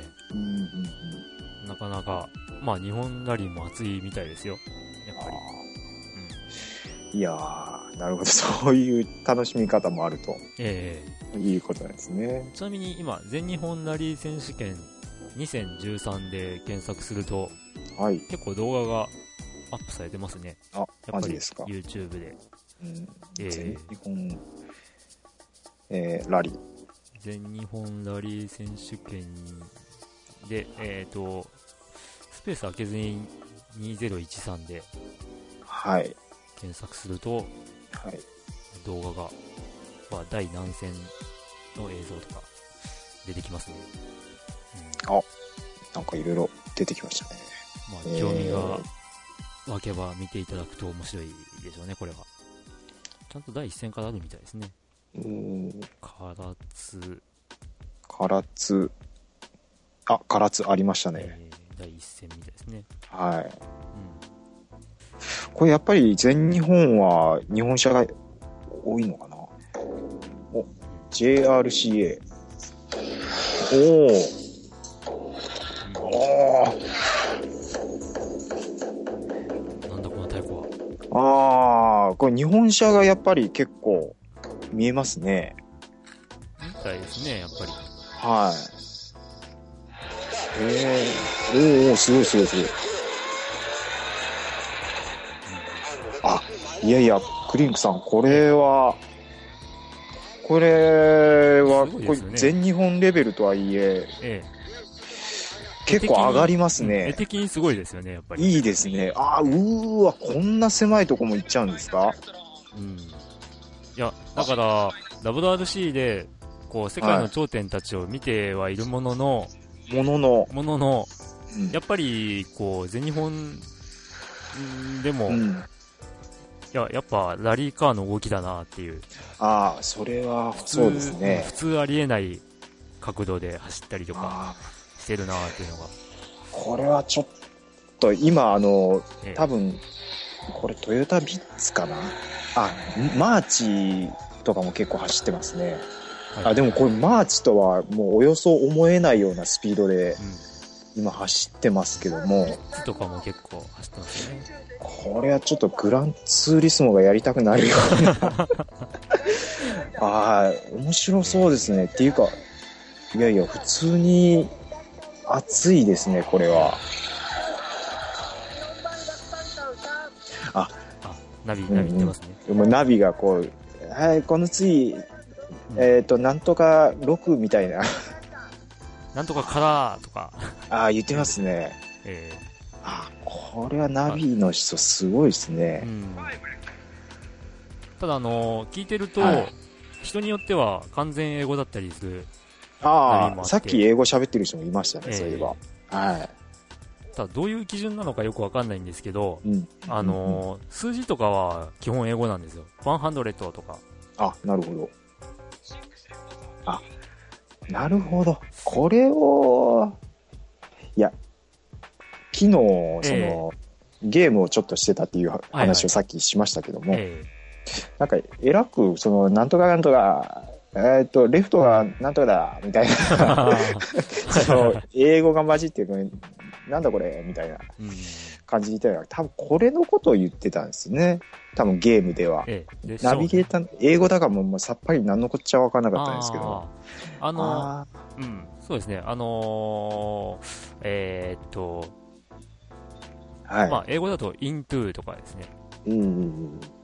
なかなか、まあ日本ラリーも熱いみたいですよ。やっぱり。 いやー、なるほど。そういう楽しみ方もあると。いうことなんですね。 ちなみに今、全日本ラリー選手権2013で検索すると、はい、結構動画がアップされてますね。 やっぱりですか。 YouTube で。 全日本、ラリー。 全日本ラリー選手権で、スペース開けずに2013で、 はい。 検索すると、はい、動画が、第何戦の映像とか出てきますね。 なんかいろいろ出てきましたね。 興味が湧けば見ていただくと面白いでしょうね、これは。ちゃんと第一戦からあるみたいですね。 唐津ありましたね。 第一戦みたいですね。 はい。これやっぱり全日本は日本車が多いのかな。JRCA。 なんだこの太鼓は。 これ日本車がやっぱり結構見えますね。 みたいですね、やっぱり。 はい。すごい。いやいや、クリンクさん、これは、これ全日本レベルとはいえ、結構上がりますね。 絵的にすごいですよね、やっぱり。 いいですね。こんな狭いとこも行っちゃうんですか？ いや、だから、WRC で、世界の頂点たちを見てはいるものの、やっぱり、全日本でも、やっぱラリーカーの動きだなっていう。 それはそうですね。 普通ありえない角度で走ったりとかしてるなっていうのが。 これはちょっと今多分これトヨタビッツかな。マーチとかも結構走ってますね。でもこれマーチとはもうおよそ思えないようなスピードで今走ってますけども。 とかも結構走ってますよね。 これはちょっとグランツーリスモがやりたくなるような面白そうですね。っていうか、いや普通に熱いですね、これは。 ナビ言ってますね。 ナビがこの次、なんとか6みたいな。 なんとかカラーとか。 言ってますね。これはナビの人すごいですね。 ただ聞いてると、人によっては完全英語だったりする。 さっき英語喋ってる人もいましたね、そういえば。 ただどういう基準なのかよくわかんないんですけど、数字とかは基本英語なんですよ。100とか。 なるほど。なるほど。これを、昨日、ゲームをちょっとしてたっていう話をさっきしましたけども、なんか、えらく、なんとかなんとか、レフトがなんとかだ、みたいな、英語が混じってるのに、なんだこれ、みたいな感じで言ったら、多分これのことを言ってたんですね。多分ゲームでは。ナビゲーター、英語だからもうさっぱり何のこっちゃ分からなかったんですけど。 そうですね、英語だと into とかですね。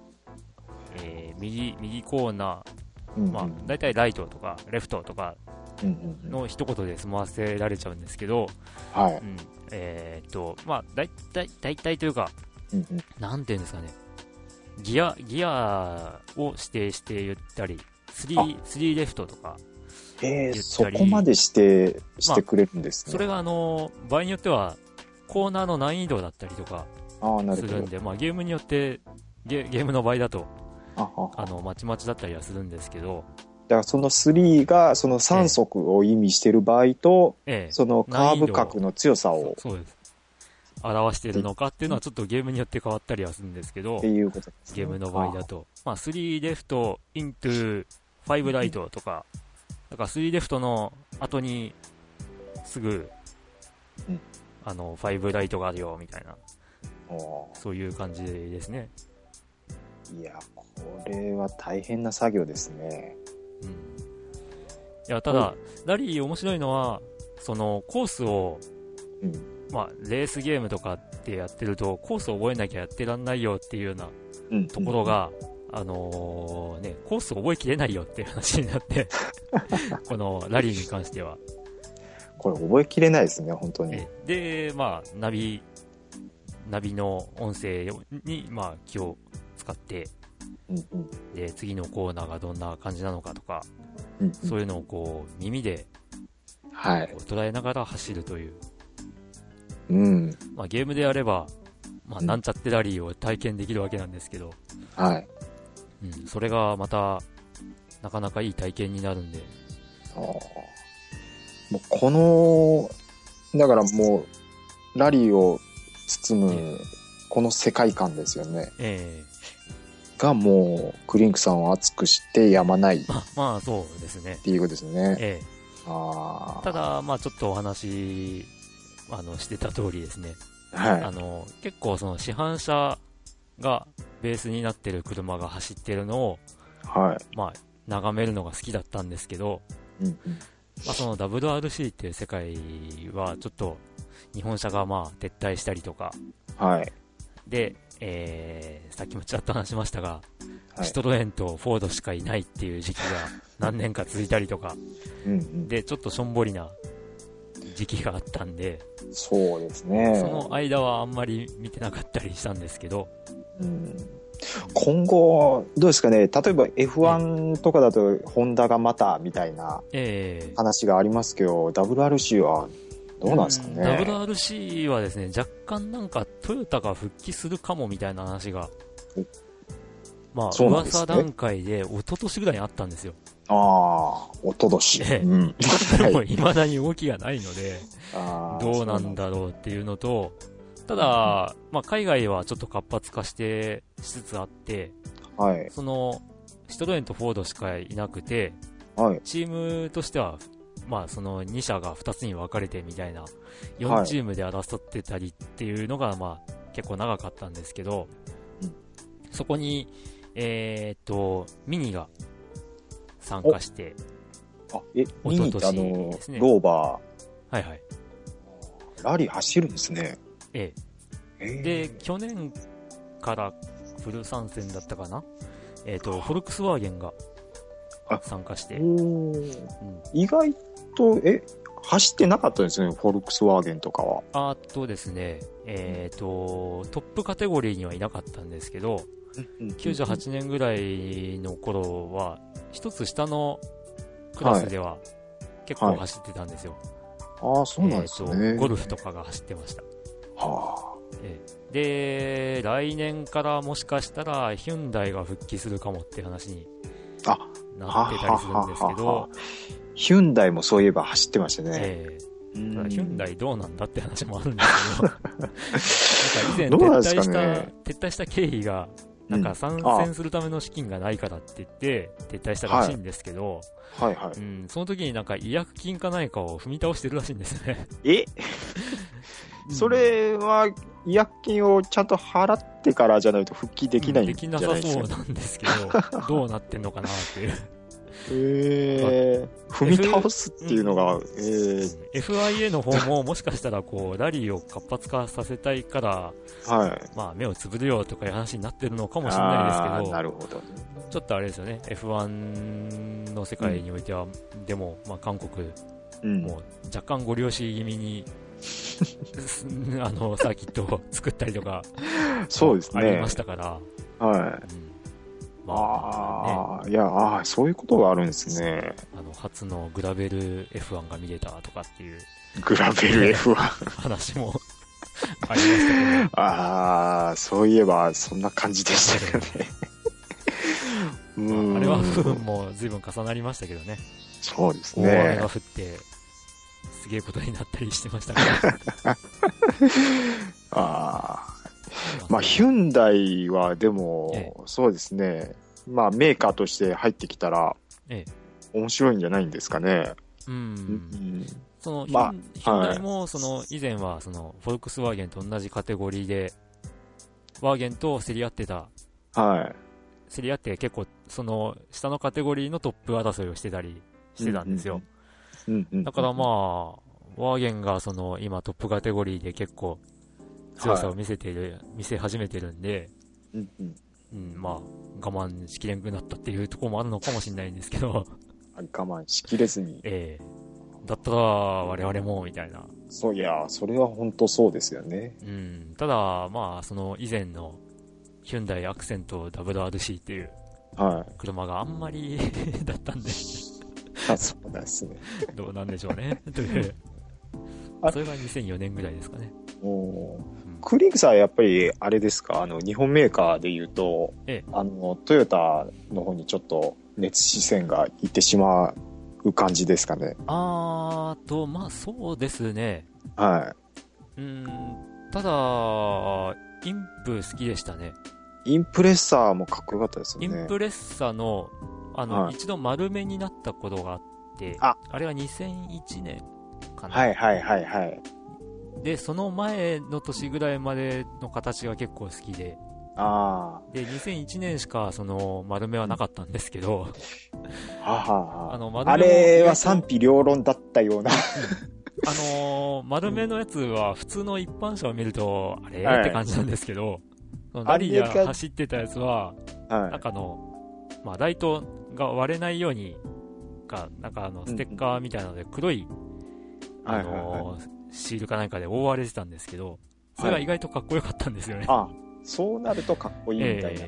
右コーナー、だいたいライトとかレフトとかの一言で済ませられちゃうんですけど、 はい。 まあ、大体というか、なんていうんですかね、ギアを指定して言ったり、3レフトとか言ったり、 そこまでしてくれるんですね。 それが場合によっては、コーナーの難易度だったりとかするんで、まあ、ゲームによってゲームの場合だとまちまちだったりはするんですけど、 だからその3がその3速を意味している場合と、そのカーブ角の強さをそうです表しているのかっていうのはちょっとゲームによって変わったりはするんですけど、 っていうことですね、 ゲームの場合だと、まあ、3レフトイントゥ5ライトとか、だから3レフトの後にすぐ、5ライトがあるよみたいな、そういう感じですね。 いや、これは大変な作業ですね。 いや、ただ、ラリー面白いのは、そのコースを、まあ、レースゲームとかってやってると、コースを覚えなきゃやってらんないよっていうようなところが、コースを覚えきれないよっていう話になって、このラリーに関しては。 これ覚えきれないですね、本当に。 で、まあ、ナビの音声に、まあ、気を使って、で、次のコーナーがどんな感じなのかとか、そういうのをこう、耳で、捉えながら走るという。まあ、ゲームでやれば、まあ、なんちゃってラリーを体験できるわけなんですけど、それがまた、なかなかいい体験になるんで。 もうこの、だからもう、ラリーを包む、この世界観ですよね。がもう、クリンクさんを熱くしてやまない。 まあ、そうですね。 っていうことですね。 ただ、まあ、ちょっとお話、してた通りですね。結構その市販車がベースになってる車が走ってるのを、まあ、眺めるのが好きだったんですけど、まあ、その WRC っていう世界はちょっと日本車がまあ撤退したりとか、で、さっきもちらっと話しましたが、シトロエンとフォードしかいないっていう時期が何年か続いたりとか、で、ちょっとしょんぼりな時期があったんで、 そうですね。 その間はあんまり見てなかったりしたんですけど、 今後どうですかね。例えば F1 とかだとホンダがまたみたいな話がありますけど、WRC はどうなんですかね。 WRC はですね、若干なんかトヨタが復帰するかもみたいな話が、まあ、噂段階で一昨年ぐらいにあったんですよ。 一昨年。でも未だに動きがないので、どうなんだろうっていうのと、ただ、まあ、海外はちょっと活発化しつつあって、そのシトロエンとフォードしかいなくて、チームとしては、まあ、その2社が2つに分かれてみたいな4チームで争ってたりっていうのが、まあ、結構長かったんですけど、そこにミニが参加して、 ミニってローバー、 ラリー走るんですね。 で、去年からフル参戦だったかな、フォルクスワーゲンが参加して、 意外と走ってなかったですね、フォルクスワーゲンとかは。 ですね、トップカテゴリーにはいなかったんですけど、98年ぐらいの頃は一つ下のクラスでは結構走ってたんですよ。 そうなんですね。 ゴルフとかが走ってました。で、来年からもしかしたらヒュンダイが復帰するかもって話になってたりするんですけど、 ヒュンダイもそういえば走ってましたね。 ただヒュンダイどうなんだって話もあるんですけど、なんか以前撤退した経緯が、なんか参戦するための資金がないからって言って撤退したらしいんですけど、その時になんか違約金かないかを踏み倒してるらしいんですよね。 それは違約金をちゃんと払ってからじゃないと復帰できないんじゃないですか。 できなさそうなんですけど、どうなってんのかなっていう。 踏み倒すっていうのが、 FIA の方ももしかしたらこうラリーを活発化させたいから、 はい、 まあ目をつぶるよとかいう話になってるのかもしれないですけど、 なるほど。 ちょっとあれですよね、F1 の世界においては、でも、まあ、韓国、もう若干ご了承気味にサーキットを作ったりとか、 そうですね、 ありましたから、 はい。いや、そういうことがあるんですね。 初のグラベル F1 が見れたとかっていう。 グラベル F1 話もありましたけど。 そういえば、そんな感じでしたよね。 あれは不運も随分重なりましたけどね。 そうですね。 大雨が降って、すげえことになったりしてましたから。 まあ、ヒュンダイはでも、そうですね。まあ、メーカーとして入ってきたら、面白いんじゃないんですかね。 その、ヒュンダイも、以前は、フォルクスワーゲンと同じカテゴリーで、ワーゲンと競り合ってた。 はい。 競り合って結構、下のカテゴリーのトップ争いをしてたりしてたんですよ。だからまあ、ワーゲンが今トップカテゴリーで結構強さを見せ始めてるんで、まあ、我慢しきれんくなったっていうところもあるのかもしれないんですけど。 我慢しきれずに。 だったら我々も、みたいな。 それは本当そうですよね。 ただ、まあ、以前のヒュンダイアクセント WRC っていう車があんまりだったんでそうなんですね。 どうなんでしょうね。という。それが2004年ぐらいですかね。 クリンクさんはやっぱりあれですか、日本メーカーで言うと、トヨタの方にちょっと熱視線がいってしまう感じですかね。 まあそうですね。 はい。 ただ、インプ好きでしたね。 インプレッサーもかっこよかったですよね。 インプレッサの、一度丸目になったことがあって、あれは2001年かな。 はい。 で、その前の年ぐらいまでの形が結構好きで、で、2001年しか丸目はなかったんですけど、 あれは賛否両論だったような。 丸目のやつは普通の一般車を見ると、あれって感じなんですけど、ラリーで走ってたやつは、中の、まあ、ライトが割れないように、なんかステッカーみたいなので黒い、シールかなんかで覆われてたんですけど、それが意外とかっこよかったんですよね。 そうなるとかっこいいみたいな。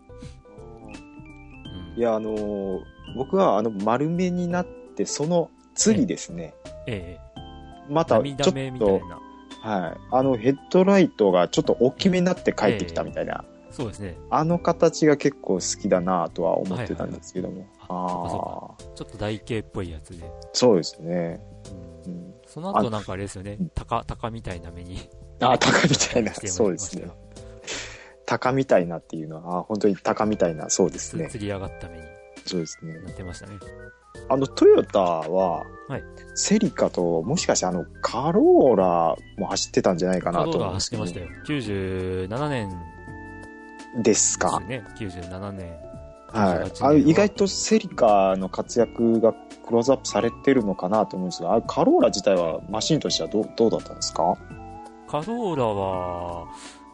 いや、僕は丸目になって、その次ですね。また、ちょっと、ヘッドライトがちょっと大きめになって帰ってきたみたいな。 そうですね。 形が結構好きだなとは思ってたんですけども。 ちょっと台形っぽいやつで。 そうですね。 その後なんかあれですよね。鷹みたいな目に。 鷹みたいな。そうですね。鷹みたいなっていうのは、本当に鷹みたいな、そうですね。 釣り上がった目に。 そうですね。 なってましたね。 トヨタは、セリカと、もしかしてカローラも走ってたんじゃないかなと思うんですけど。 カローラ走ってましたよ。97年。 ですか。 ですね。97年。 はい。意外とセリカの活躍がクローズアップされてるのかなと思うんですが、カローラ自体はマシンとしてはどうだったんですか？ カローラは、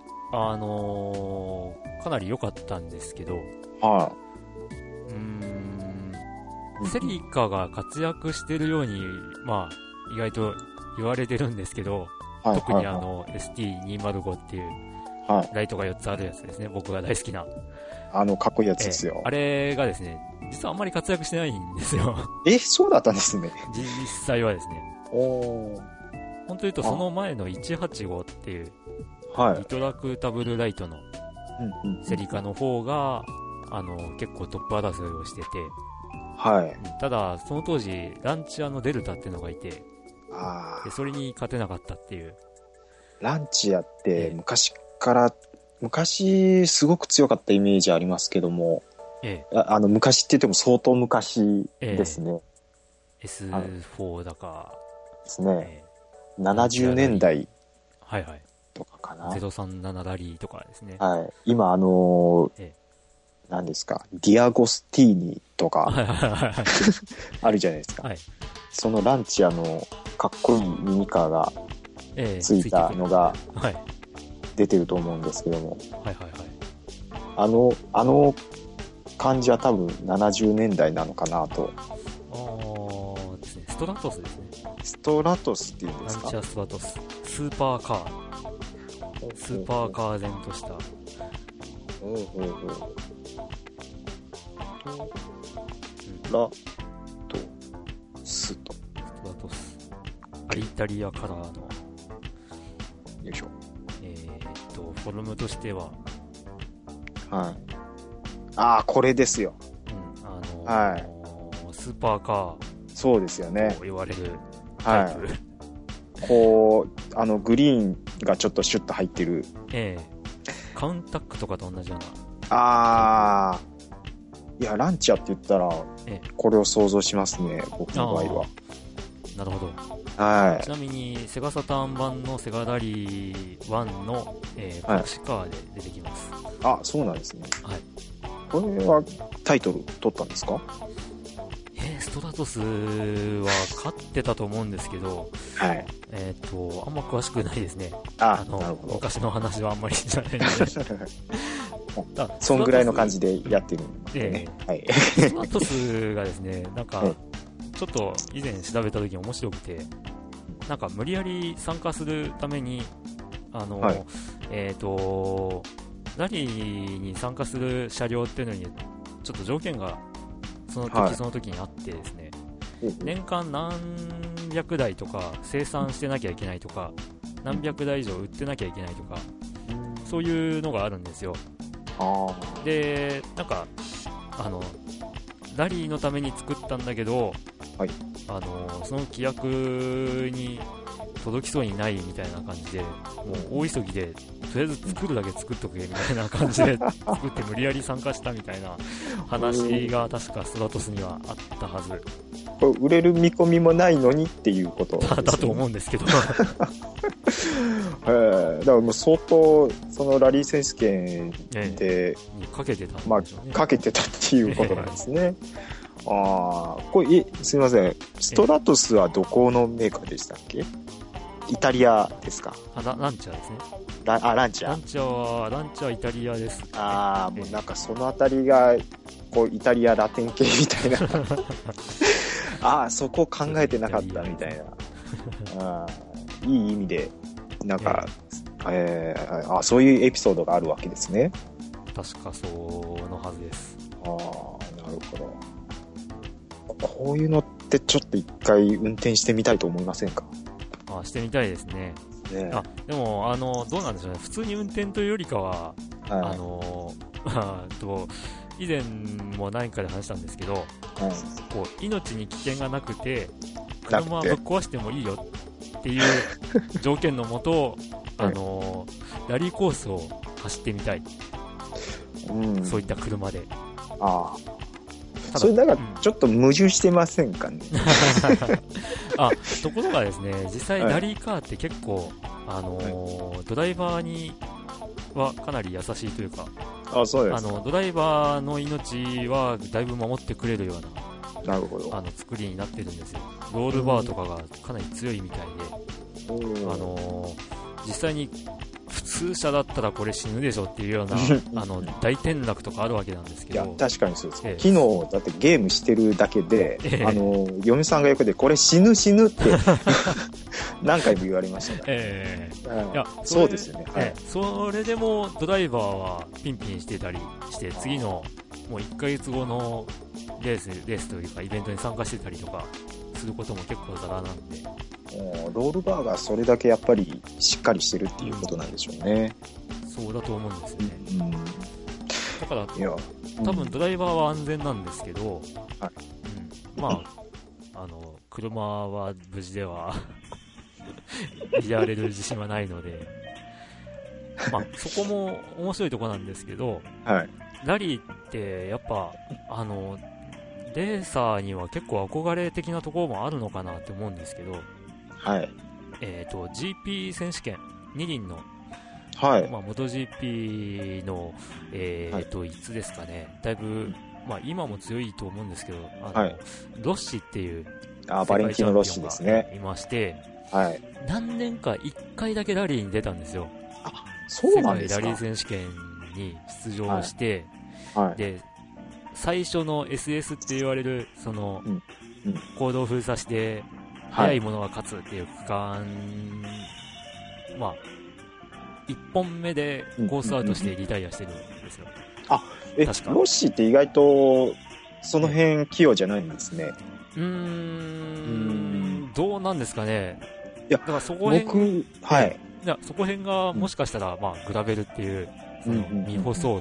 かなり良かったんですけど、セリカが活躍してるように、まあ、意外と言われてるんですけど、特にST205 っていう、ライトが4つあるやつですね。僕が大好きな。 かっこいいやつですよ。 あれがですね、実はあんまり活躍してないんですよ。 そうだったんですね。 実際はですね。本当言うと、その前の185っていう、リトラクタブルライトのセリカの方が、結構トップ争いをしてて、ただ、その当時、ランチアのデルタっていうのがいて、でそれに勝てなかったっていう。 ランチアって昔すごく強かったイメージありますけども、昔って言っても相当昔ですね。 S4 だか。 ですね。70年代とかかな。 037ラリーとかですね。 今何ですか、ディアゴスティーニとか、あるじゃないですか。はい、そのランチャのかっこいいミニカーがついたのが出てると思うんですけども、はいはいはい、あの感じは多分70年代なのかなと。 ですね、ストラトスですね。 ストラトスっていうんですか。 ランチャーストラトス、スーパーカー、スーパーカー然とした。 ラとスとストラトス、イタリアカラーの、 よいしょ。 フォルムとしては、 はい。ああ、これですよ。 はい。スーパーカー。 そうですよね。 と言われるタイプ。はい、 こう、グリーンがちょっとシュッと入ってる。 カウンタックとかと同じような。 ああ。いや、ランチャーって言ったら、これを想像しますね、僕の場合は。 なるほど。 はい。 ちなみに、セガサターン版のセガラリー1の、隠しカーで出てきます。 あ、そうなんですね。 はい。 これはタイトル取ったんですか？ ストラトスは勝ってたと思うんですけど、 はい。 あんま詳しくないですね。 なるほど。 昔の話はあんまりじゃないので。 そんぐらいの感じでやってるんでね。はい。 ストラトスがですね、なんか、ちょっと以前調べた時に面白くて、なんか無理やり参加するために、ラリーに参加する車両っていうのに、ちょっと条件がその時その時にあってですね、年間何百台とか生産してなきゃいけないとか、何百台以上売ってなきゃいけないとか、そういうのがあるんですよ。で、なんかラリーのために作ったんだけど、その規約に届きそうにないみたいな感じで、もう大急ぎでとりあえず作るだけ作っとけみたいな感じで作って無理やり参加したみたいな話が確かストラトスにはあったはず。 これ売れる見込みもないのにっていうことですね。 だと思うんですけどだからもう相当そのラリー選手権で、 かけてたんでしょうね。 かけてたっていうことなんですね。これすみません、ストラトスはどこのメーカーでしたっけ？イタリアですか？ ランチャーですね。 ランチャー。 ランチャーはイタリアです、ね。 もうなんかそのあたりがこうイタリアラテン系みたいなそこ考えてなかったみたいな。いい意味でなんか、そういうエピソードがあるわけですね。 確かそのはずです。 なるほど。こういうのってちょっと一回運転してみたいと思いませんか？ してみたいですね。でもどうなんでしょうね。普通に運転というよりかは、以前も何かで話したんですけど、こう命に危険がなくて車はぶっ壊してもいいよっていう条件のもと、ラリーコースを走ってみたい。そういった車で。それだからちょっと矛盾してませんかね。 ところがですね、実際ラリーカーって結構、ドライバーにはかなり優しいというか、 そうです。 ドライバーの命はだいぶ守ってくれるようなるほど。 作りになってるんですよ。ロールバーとかがかなり強いみたいで、実際に普通車だったらこれ死ぬでしょっていうような大転落とかあるわけなんですけど。 いや確かにそうです。昨日だってゲームしてるだけで、嫁さんが横でこれ死ぬって何回も言われましたから。いやそうですよね。 それでもドライバーはピンピンしてたりして次のもう1ヶ月後のレースというかイベントに参加してたりとかすることも結構ザラなんで。 ロールバーがそれだけやっぱりしっかりしてるっていうことなんでしょうね。 そうだと思うんですよね。だから多分ドライバーは安全なんですけど、車は無事ではいられる自信はないので、そこも面白いところなんですけど、ラリーってやっぱレーサーには結構憧れ的なところもあるのかなって思うんですけど、GP 選手権2輪のはい。 まあ、MotoGP の、いつですかね、だいぶ、まあ、今も強いと思うんですけど、 はい、 ロッシっていうバレンティーノ・ロッシですね。 いまして、 はい、 何年か1回だけラリーに出たんですよ。 あ、そうなんですか。 世界ラリー選手権に出場して、 はい、 で、最初の SS って言われる、その、行動封鎖して、速い者が勝つっていう区間、まあ、1本目でコースアウトしてリタイアしてるんですよ。 あ、ロッシーって意外とその辺器用じゃないんですね。 どうなんですかね。 いや、 だからそこへん、 はい。 いや、そこへんがもしかしたら、まあ、グラベルっていう、その、未舗装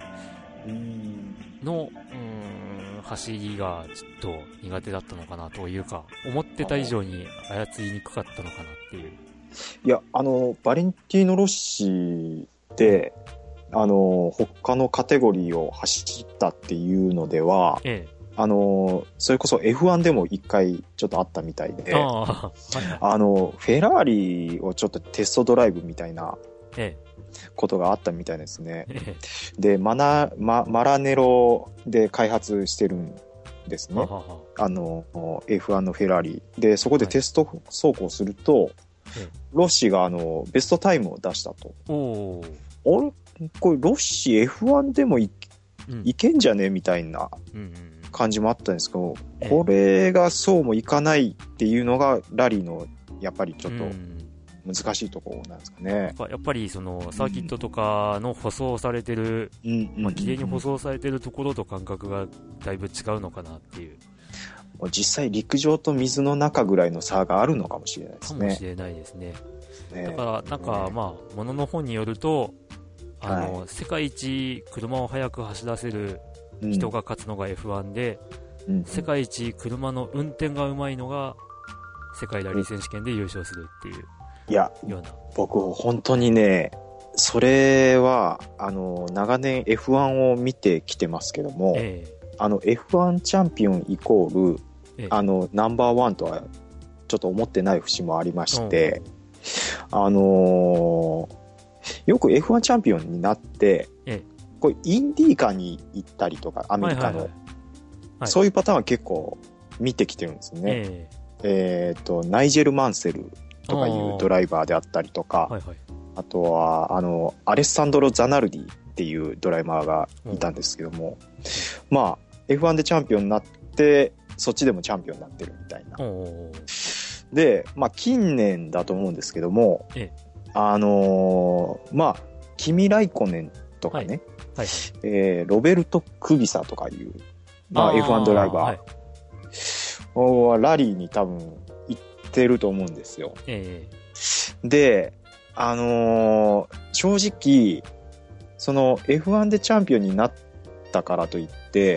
の、走りがちょっと苦手だったのかなというか、思ってた以上に操りにくかったのかなっていう。 いや、バレンティーノ・ロッシーって、他のカテゴリーを走ったっていうのでは、それこそ F1 でも一回ちょっとあったみたいで、フェラーリをちょっとテストドライブみたいなことがあったみたいですね。で、マラネロで開発してるんですね。F1 のフェラーリ。で、そこでテスト走行すると、ロッシがベストタイムを出したと。あれこれロッシ F1 でもいけんじゃねみたいな感じもあったんですけど、これがそうもいかないっていうのがラリーのやっぱりちょっと難しいところなんですかね。 やっぱりそのサーキットとかの舗装されてる、綺麗に舗装されてるところと感覚がだいぶ違うのかなっていう。 実際陸上と水の中ぐらいの差があるのかもしれないですね。 かもしれないですね。だからなんかまあものの本によると、世界一車を速く走らせる人が勝つのが F1 で、世界一車の運転がうまいのが世界ラリー選手権で優勝するっていう。 いや、僕本当にね、それは長年 F1 を見てきてますけども、F1 チャンピオンイコールナンバーワンとはちょっと思ってない節もありまして、よく F1 チャンピオンになって、これインディーカーに行ったりとか、アメリカの、そういうパターンは結構見てきてるんですね。ナイジェル・マンセルとかいうドライバーであったりとか、あとはアレッサンドロ・ザナルディっていうドライバーがいたんですけども、まあ F1 でチャンピオンになってそっちでもチャンピオンになってるみたいな。で、まあ近年だと思うんですけども、まあキミ・ライコネンとかね、ロベルト・クビサとかいう、まあ、F1 ドライバー、ラリーに多分行ってると思うんですよ。で、正直その F1 でチャンピオンになったからといって、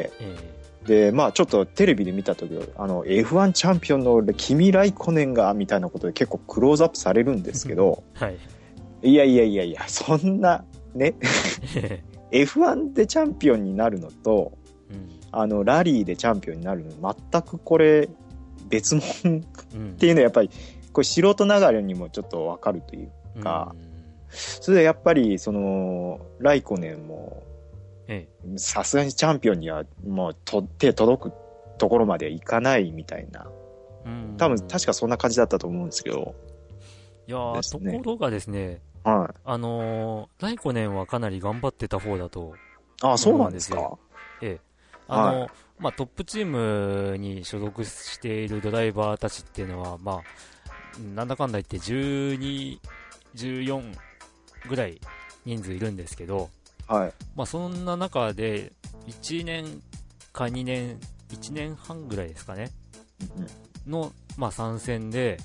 で、まあちょっとテレビで見た時F1 チャンピオンのキミ・ライコネンがみたいなことで結構クローズアップされるんですけど、いやそんなねF1 でチャンピオンになるのと、ラリーでチャンピオンになるの全くこれ別物っていうのはやっぱりこれ素人ながらにもちょっとわかるというか、それでやっぱりそのライコネンもさすがにチャンピオンにはもう手届くところまではいかないみたいな、多分確かそんな感じだったと思うんですけど、 いやー、ところがですね、ライコネンはかなり頑張ってた方だと思うんですよ。 まあ、トップチームに所属しているドライバーたちっていうのは、まあ、なんだかんだ言って12、14ぐらい人数いるんですけど、まあ、そんな中で1年か2年、1年半ぐらいですかね、の、まあ、参戦で、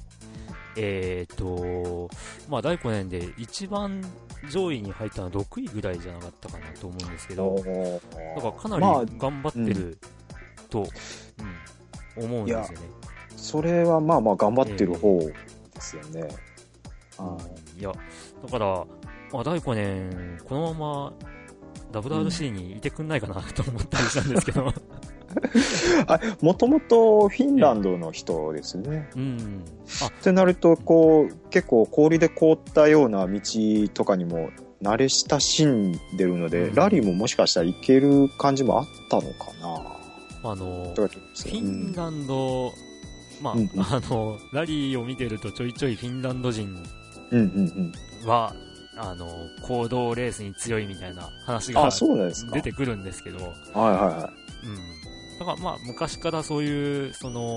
まあ、大コネンで一番上位に入ったのは6位ぐらいじゃなかったかなと思うんですけど、だからかなり頑張ってると、思うんですよね。 それはまあまあ頑張ってる方ですよね。 いや、だから、まあ、大コネンこのまま WRC にいてくんないかなと思ったりしたんですけど、 もともとフィンランドの人ですね。 うん。 ってなると、こう、結構氷で凍ったような道とかにも慣れ親しんでるので、ラリーももしかしたらいける感じもあったのかな。 フィンランド、ラリーを見てるとちょいちょいフィンランド人は、行動レースに強いみたいな話が出てくるんですけど、だからまあ昔からそういう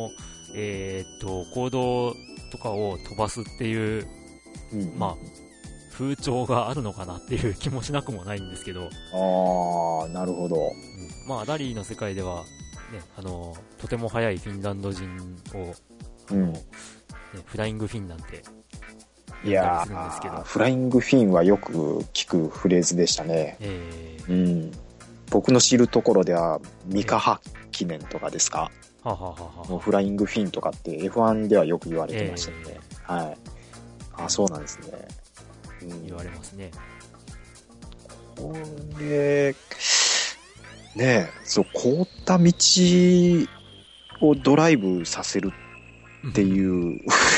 行動とかを飛ばすっていう、風潮があるのかなっていう気もしなくもないんですけど。 なるほど。 ラリーの世界ではね、とても速いフィンランド人をフライングフィンなんていやー、フライングフィンはよく聞くフレーズでしたね。僕の知るところではミカハ記念とかですか、フライングフィンとかって F1 ではよく言われてましたね。そうなんですね。 言われますね。 これね、凍った道をドライブさせるっていう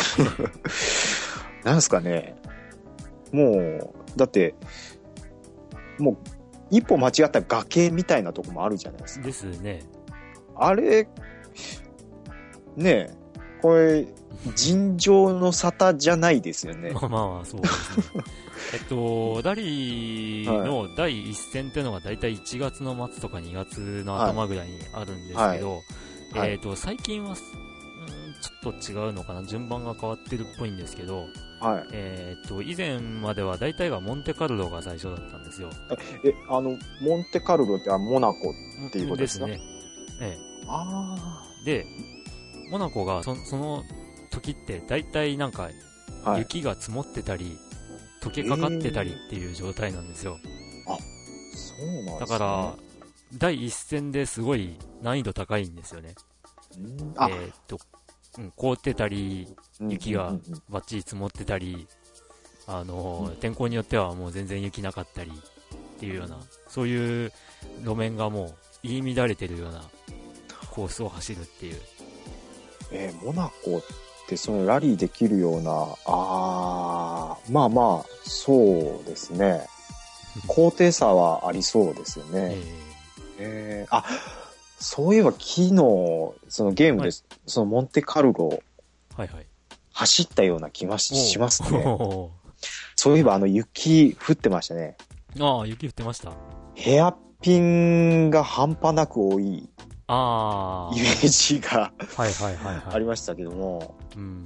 なんすかね、もうだってもう一歩間違ったら崖みたいなとこもあるじゃないですか。 ですね。 あれね、これ尋常の沙汰じゃないですよね。 そうですね。ラリーの第一戦っていうのがだいたい1月の末とか2月の頭ぐらいにあるんですけど、最近はちょっと違うのかな、順番が変わってるっぽいんですけど、以前までは大体がモンテカルロが最初だったんですよ。 モンテカルロってモナコっていうことですか？ ですね。で、モナコがその時って大体なんか雪が積もってたり、溶けかかってたりっていう状態なんですよ。 そうなんですね。 だから第一戦ですごい難易度高いんですよね。凍ってたり、雪がバッチリ積もってたり、天候によってはもう全然雪なかったりっていうような、そういう路面がもう入り乱れてるようなコースを走るっていう。 モナコってそのラリーできるような、そうですね。高低差はありそうですよね。そういえば昨日そのゲームで、そのモンテカルロ走ったような気がしますね。そういえば雪降ってましたね。 雪降ってました。 ヘアピンが半端なく多いイメージがありましたけども、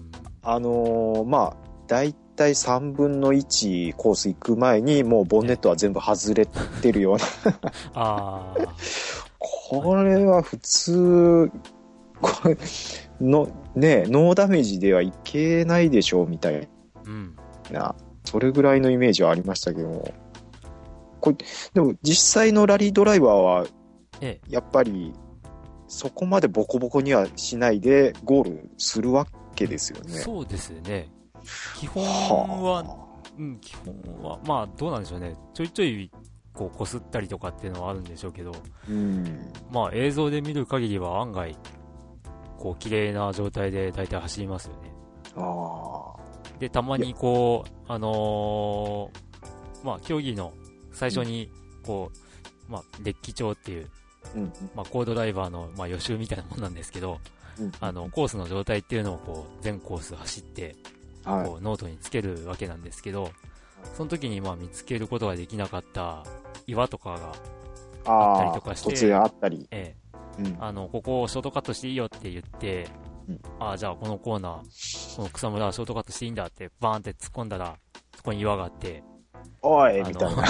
だいたい3分の1コース行く前にもうボンネットは全部外れてるようなこれは普通これノーダメージではいけないでしょうみたいな、それぐらいのイメージはありましたけども、でも実際のラリードライバーはやっぱりそこまでボコボコにはしないでゴールするわけですよね。 そうですね。基本はどうなんでしょうね。ちょいちょいこう擦ったりとかっていうのはあるんでしょうけど、映像で見る限りは案外こう綺麗な状態で大体走りますよね。でたまにこう競技の最初にこうデッキ帳っていうコードライバーの予習みたいなもんなんですけど、コースの状態っていうのをこう全コース走ってこうノートにつけるわけなんですけど、その時に見つけることができなかった岩とかがあったりとかして、 突然あったり、 ここをショートカットしていいよって言って、じゃあこのコーナーこの草むらはショートカットしていいんだってバーンって突っ込んだら、そこに岩があって、 おいみたいな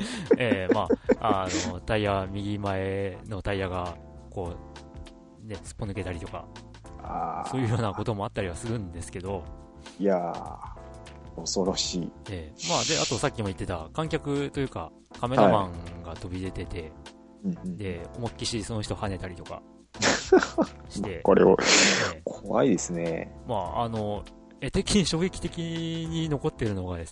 タイヤ右前のタイヤがこうすっぽ抜けたりとか、そういうようなこともあったりはするんですけど、 いやー恐ろしい。 であとさっきも言ってた観客というかカメラマンが飛び出てて、で思いっきしその人跳ねたりとかしてこれを、怖いですね。 絵的に衝撃的に残ってるのがです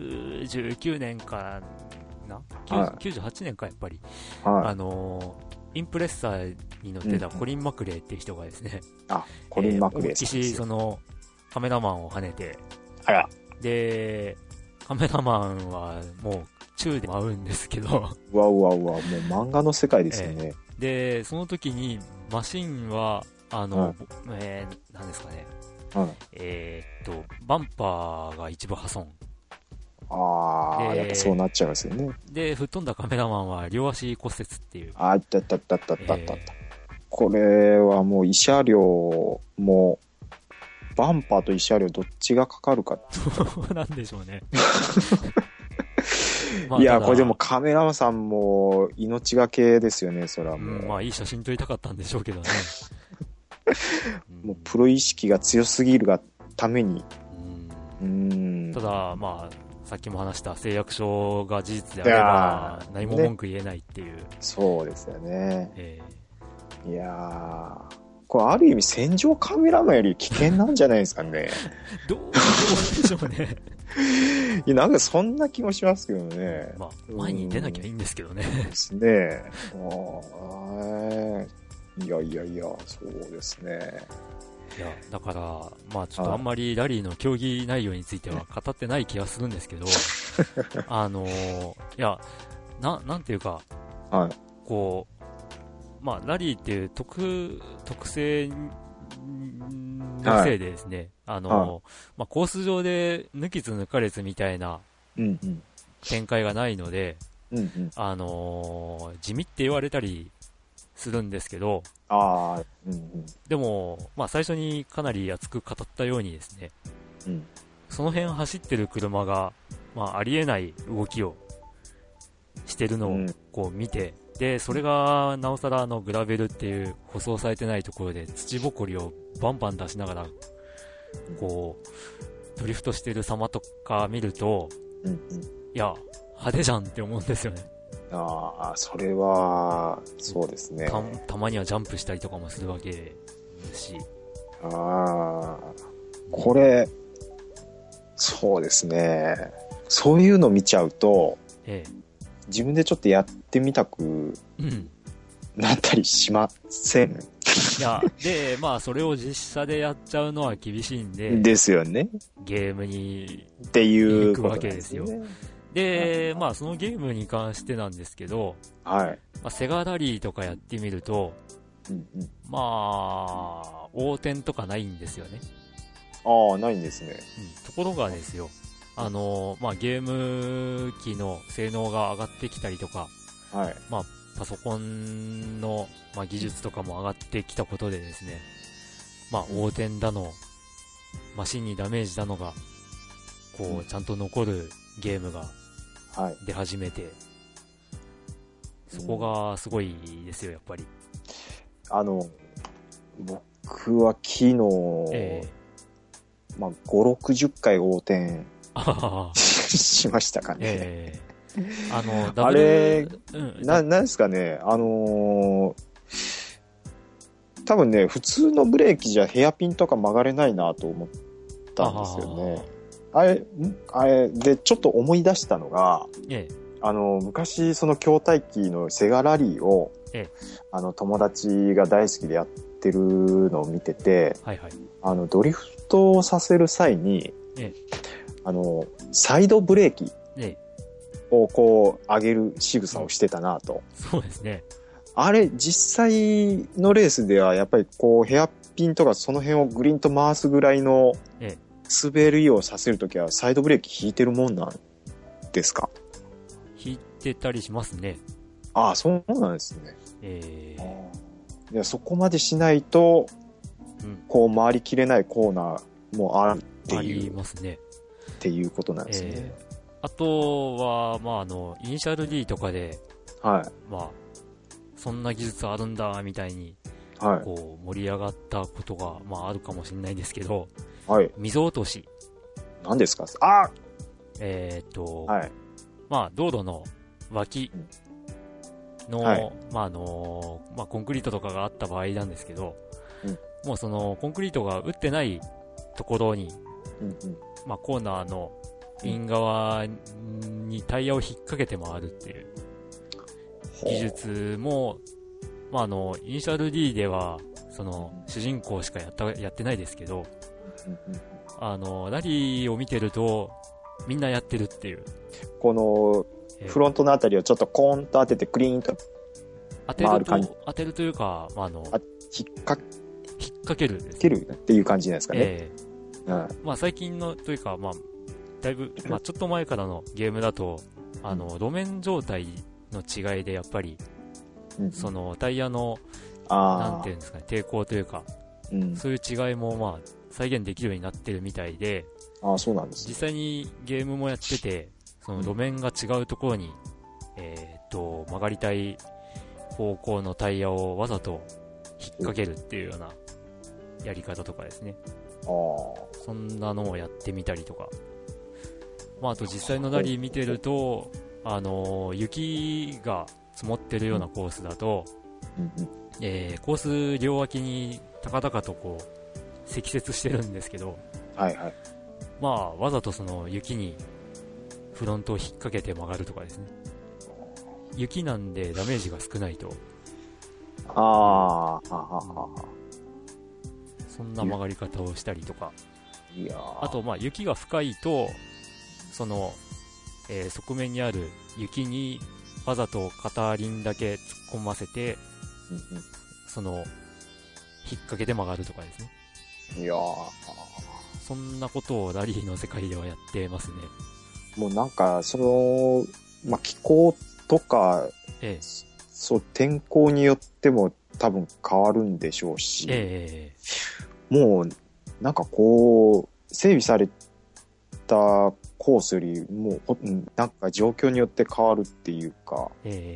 ね、99年かな、98年かやっぱり、 インプレッサーに乗ってたコリン・マクレーっていう人がですね、 コリン・マクレーさんです。そのカメラマンを跳ねて、でカメラマンはもう宙で舞うんですけどもう漫画の世界ですよね。 でその時にマシンは何ですかね、バンパーが一部破損。 やっぱそうなっちゃいますよね。 で吹っ飛んだカメラマンは両足骨折っていう。 これはもう慰謝料もバンパーと慰謝料どっちがかかるか。 そうなんでしょうね。 いや、これでもカメラマンさんも命がけですよね、それはもう。 まあいい写真撮りたかったんでしょうけどね。 もうプロ意識が強すぎるがために。 ただ、まあ、さっきも話した誓約書が事実であれば、何も文句言えないっていう。 そうですよね。いやー、これある意味戦場カメラマンより危険なんじゃないですかね。 どうでしょうね。 いや、なんかそんな気もしますけどね。 まあ、前に出なきゃいいんですけどね。 ですね。いや、そうですね。 いや、だから、まあちょっとあんまりラリーの競技内容については語ってない気がするんですけど、いや、なんていうか、こう、まあラリーっていう特性のせいでですね、まあコース上で抜きつ抜かれつみたいな展開がないので、地味って言われたりするんですけど、でも、まあ最初にかなり熱く語ったようにですね、その辺走ってる車が、まあありえない動きをしてるのをこう見て、で、それがなおさらグラベルっていう舗装されてないところで土ぼこりをバンバン出しながら、こう、ドリフトしてる様とか見ると、いや、派手じゃんって思うんですよね。 それは、そうですね。 たまにはジャンプしたりとかもするわけですし。 これ、そうですね。そういうの見ちゃうと、自分でちょっとやってみたくなったりしません。 いや、で、まあ、それを実写でやっちゃうのは厳しいんで。 ですよね。 ゲームにっていう行くわけですよ。で、まあ、そのゲームに関してなんですけど、まあ、セガラリーとかやってみると、まあ、横転とかないんですよね。 ないんですね。 ところがですよ、まあ、ゲーム機の性能が上がってきたりとか、まあ、パソコンの、まあ、技術とかも上がってきたことでですね、まあ、横転だの、マシンにダメージだのが、こう、ちゃんと残るゲームが出始めて、そこがすごいですよ、やっぱり。 僕は昨日、まあ、5、60回横転しましたかね。あれ、なんですかね、多分ね、普通のブレーキじゃヘアピンとか曲がれないなと思ったんですよね。あれでちょっと思い出したのが、昔その筐体機のセガラリーを、友達が大好きでやってるのを見てて、ドリフトをさせる際に、サイドブレーキをこう上げる仕草をしてたなと。 そうですね。 あれ実際のレースではやっぱりこうヘアピンとかその辺をグリンと回すぐらいの滑りをさせるときはサイドブレーキ引いてるもんなんですか？ 引いてたりしますね。 そうなんですね。いや、そこまでしないと、こう回りきれないコーナーもあるっていう。 ありますね。 っていうことなんですね。 あとは、まあ、イニシャル D とかで、まあ、そんな技術あるんだ、みたいに、こう、盛り上がったことが、まあ、あるかもしれないですけど、溝落とし。 何ですか？ まあ、道路の脇の、まあ、まあ、コンクリートとかがあった場合なんですけど、もうその、コンクリートが打ってないところに、まあ、コーナーのイン側にタイヤを引っ掛けて回るっていう技術も、 イニシャル D では、主人公しかやってないですけど、ラリーを見てると、みんなやってるっていう。 この、フロントのあたりをちょっとコーンと当ててクリーンと回る感じ。 当てるというか、 引っ掛けるです、 ね。っていう感じなんですかね。 最近のというか、だいぶ、ちょっと前からのゲームだと、路面状態の違いでやっぱり、タイヤの、なんていうんですかね、抵抗というか、そういう違いも再現できるようになってるみたいで、 そうなんです。 実際にゲームもやってて、路面が違うところに、曲がりたい方向のタイヤをわざと引っ掛けるっていうようなやり方とかですね。そんなのをやってみたりとか。あと実際のラリー見てると、雪が積もってるようなコースだと、コース両脇に高々とこう積雪してるんですけど、わざとその雪にフロントを引っ掛けて曲がるとかですね。雪なんでダメージが少ないと。そんな曲がり方をしたりとか。あと雪が深いと、側面にある雪にわざと片輪だけ突っ込ませて、引っ掛けて曲がるとかですね。そんなことをラリーの世界ではやってますね。 もうなんか気候とか、天候によっても多分変わるんでしょうし、もうなんかこう整備されたコースよりもなんか状況によって変わるっていうか、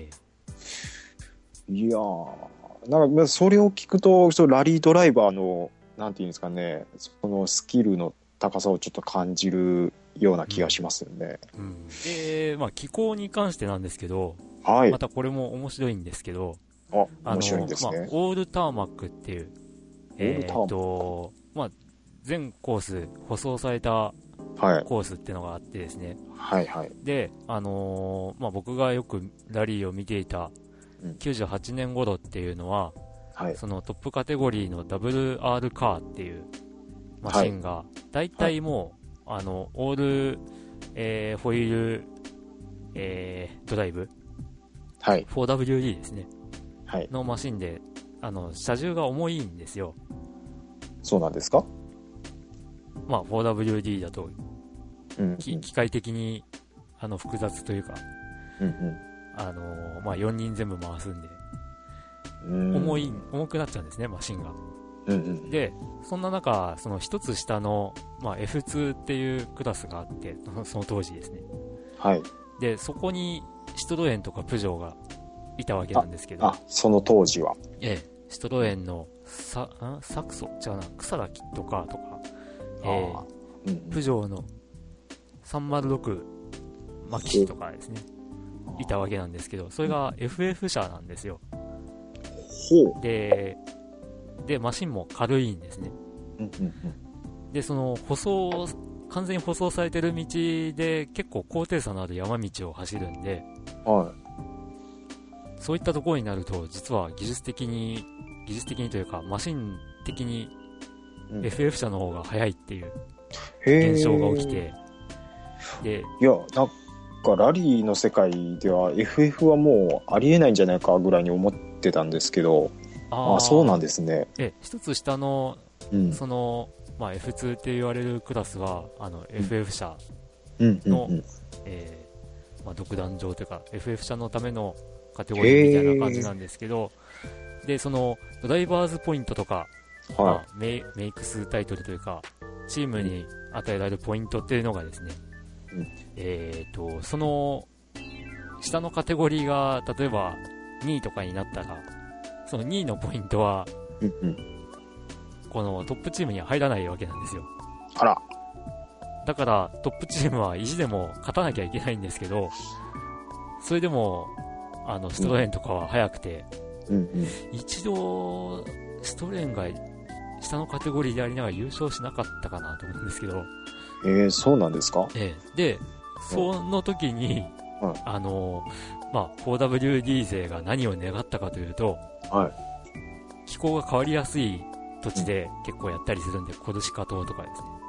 なんかそれを聞くとラリードライバーのなんていうんですかね、そのスキルの高さをちょっと感じるような気がしますよね。 気候に関してなんですけど、またこれも面白いんですけど、 面白いんですね。 オールターマックっていう、全コース舗装されたコースっていうのがあってですね。で、僕がよくラリーを見ていた98年頃っていうのは、そのトップカテゴリーの WR カーっていうマシンが、大体もう、オール、ホイール、ドライブ、4WD ですね。のマシンで、車重が重いんですよ。 そうなんですか ？4WD だと、機械的に、複雑というか、4人全部回すんで、重くなっちゃうんですね、マシンが。で、そんな中、その一つ下の、F2 っていうクラスがあって、その当時ですね。で、そこにシトロエンとかプジョーがいたわけなんですけど。 その当時は。 シトロエンのサクソ、違うな、クサラキットカーとか、プジョーの306マキシとかですね、いたわけなんですけど、それが FF 車なんですよ。で、マシンも軽いんですね。で、その完全に舗装されてる道で結構高低差のある山道を走るんで、そういったところになると、実は技術的にというか、マシン的に FF 車の方が速いっていう現象が起きて、で、 なんかラリーの世界では FF はもうありえないんじゃないかぐらいに思ってたんですけど、そうなんですね。 一つ下の、F2 って言われるクラスは、FF 車の、独壇場というか、FF 車のためのカテゴリーみたいな感じなんですけど、で、その、ドライバーズポイントとか、メイクスタイトルというか、チームに与えられるポイントっていうのがですね、その、下のカテゴリーが、例えば、2位とかになったら、その2位のポイントは、このトップチームには入らないわけなんですよ。だからトップチームは意地でも勝たなきゃいけないんですけど、それでもシトロエンとかは速くて、一度シトロエンが下のカテゴリーでありながら優勝しなかったかなと思うんですけど。 そうなんですか？ で、その時に、4WD 勢が何を願ったかというと、 はい。 気候が変わりやすい土地で結構やったりするんで、コルシカ島とかですね。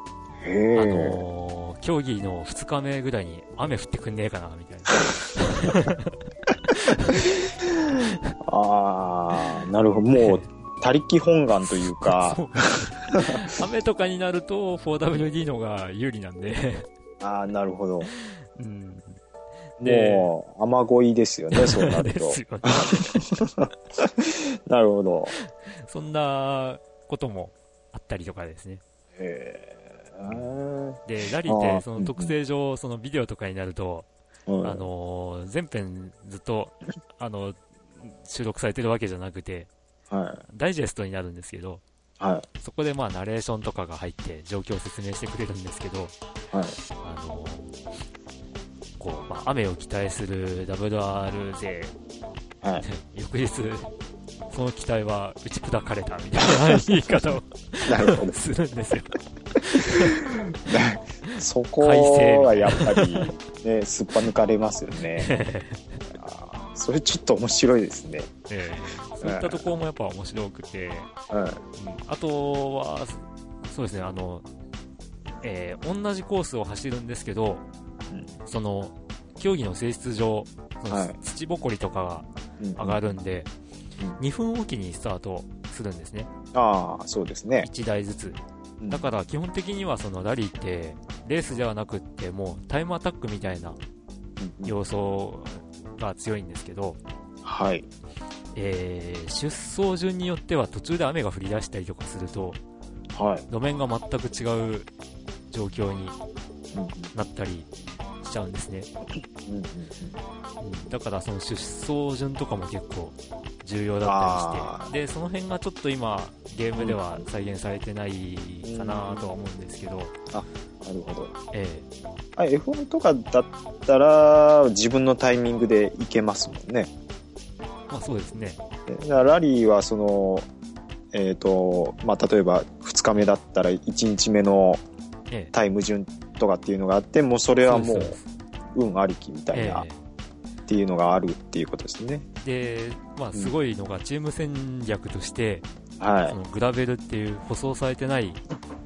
競技の2日目ぐらいに雨降ってくんねえかな、みたいな。 あー、なるほど。もう、他力本願というか。 雨とかになると 4WD のが有利なんで。 あー、なるほど。 うん。 もう、雨乞いですよね、そうなると。ですよね。なるほど。 そんなこともあったりとかですね。で、ラリーってその特性上、そのビデオとかになると、全編ずっと、収録されてるわけじゃなくて、ダイジェストになるんですけど、そこでまあナレーションとかが入って状況を説明してくれるんですけど、雨を期待する WR 勢、翌日その期待は打ち砕かれたみたいな言い方をするんですよ。 そこはやっぱりね、すっぱ抜かれますよね。それちょっと面白いですね。 そういったところもやっぱ面白くて、あとはそうですね、同じコースを走るんですけど、その競技の性質上、土ぼこりとかが上がるんで、2分おきにスタートするんですね。 そうですね。 1台ずつ。だから基本的にはそのラリーってレースではなくってもうタイムアタックみたいな要素が強いんですけど、出走順によっては途中で雨が降り出したりとかすると、路面が全く違う状況になったりしちゃうんですね。だからその出走順とかも結構重要だったりして、でその辺がちょっと今ゲームでは再現されてないかなとは思うんですけど。 なるほど。F1 とかだったら自分のタイミングで行けますもんね。 そうですね。 ラリーはその例えば2日目だったら1日目のタイム順とかっていうのがあって、もうそれはもう運ありきみたいなっていうのがあるっていうことですね。 で、すごいのがチーム戦略として、そのグラベルっていう舗装されてない、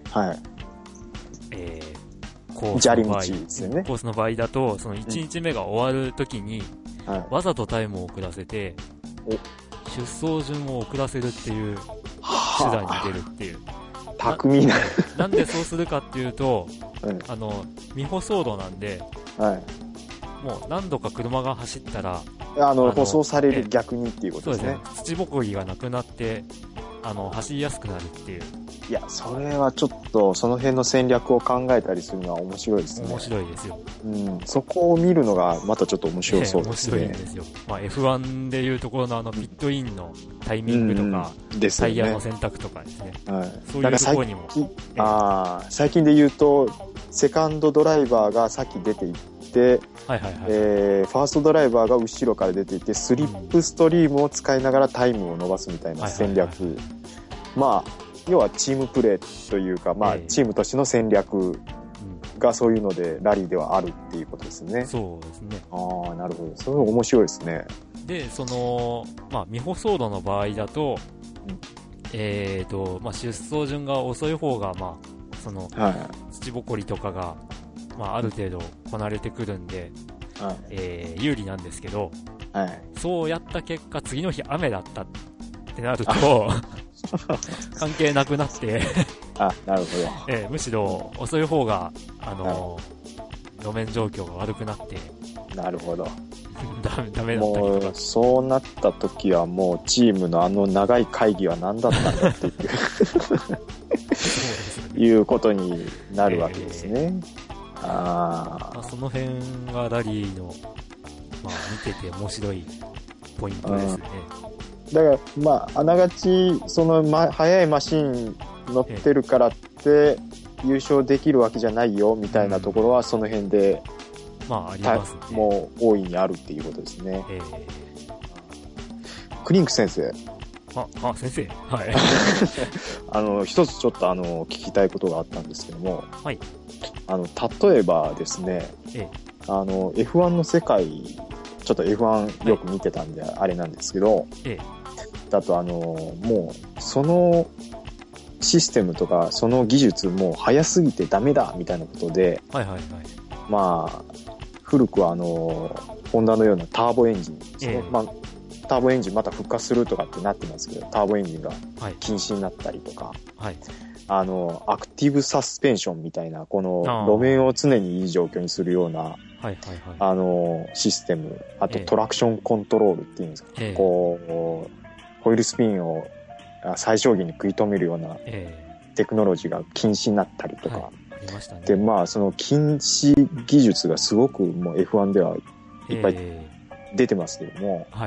コースの場合、 ですよね。 コースの場合だと、その1日目が終わるときに、わざとタイムを遅らせて、出走順を遅らせるっていう手段に出るっていう。 巧みな。 なんでそうするかっていうと、未舗装路なんで、もう何度か車が走ったら、 舗装される逆にっていうことですね。 そうですね。土ぼこりがなくなって、走りやすくなるっていう。 いや、それはちょっと、その辺の戦略を考えたりするのは面白いですね。 面白いですよ。 そこを見るのがまたちょっと面白そうですね。 面白いんですよ。F1 でいうところのピットインのタイミングとか、タイヤの選択とかですね。そういうところにも。 最近で言うと、セカンドドライバーが先出ていって、ファーストドライバーが後ろから出ていて、スリップストリームを使いながらタイムを伸ばすみたいな戦略。要はチームプレーというか、チームとしての戦略がそういうのでラリーではあるっていうことですね。 そうですね。 なるほど。それ面白いですね。 で、その、未舗装路の場合だと、出走順が遅い方が、その、土ぼこりとかが、ある程度こなれてくるんで、有利なんですけど、そうやった結果、次の日雨だったってなると、関係なくなってなるほど。むしろ遅い方が、路面状況が悪くなって。 なるほど。 ダメだったりとか。 もう、そうなった時はもうチームの長い会議は何だったんだっていう、いうことになるわけですね。 その辺がラリーの、見てて面白いポイントですね。 だからあながちその、速いマシン乗ってるからって優勝できるわけじゃないよみたいなところはその辺で、 ありますね。 もう大いにあるっていうことですね。クリンク先生。 先生。はい。 一つちょっと聞きたいことがあったんですけども。例えばですね、F1 の世界、ちょっと F1 よく見てたんであれなんですけど、 だともうそのシステムとかその技術もう早すぎてダメだみたいなことで、 はいはいはい。 まあ古くはホンダのようなターボエンジン、まあターボエンジンまた復活するとかってなってますけど、ターボエンジンが禁止になったりとか、 はい、 アクティブサスペンションみたいな、この路面を常にいい状況にするような、はいはいはい、 システム、あとトラクションコントロールっていうんですか、こう、ホイールスピンを最小限に食い止めるようなテクノロジーが禁止になったりとか、 ありましたね。 で、まあ、その禁止技術がすごくもう F1 ではいっぱい出てますけども、 はい、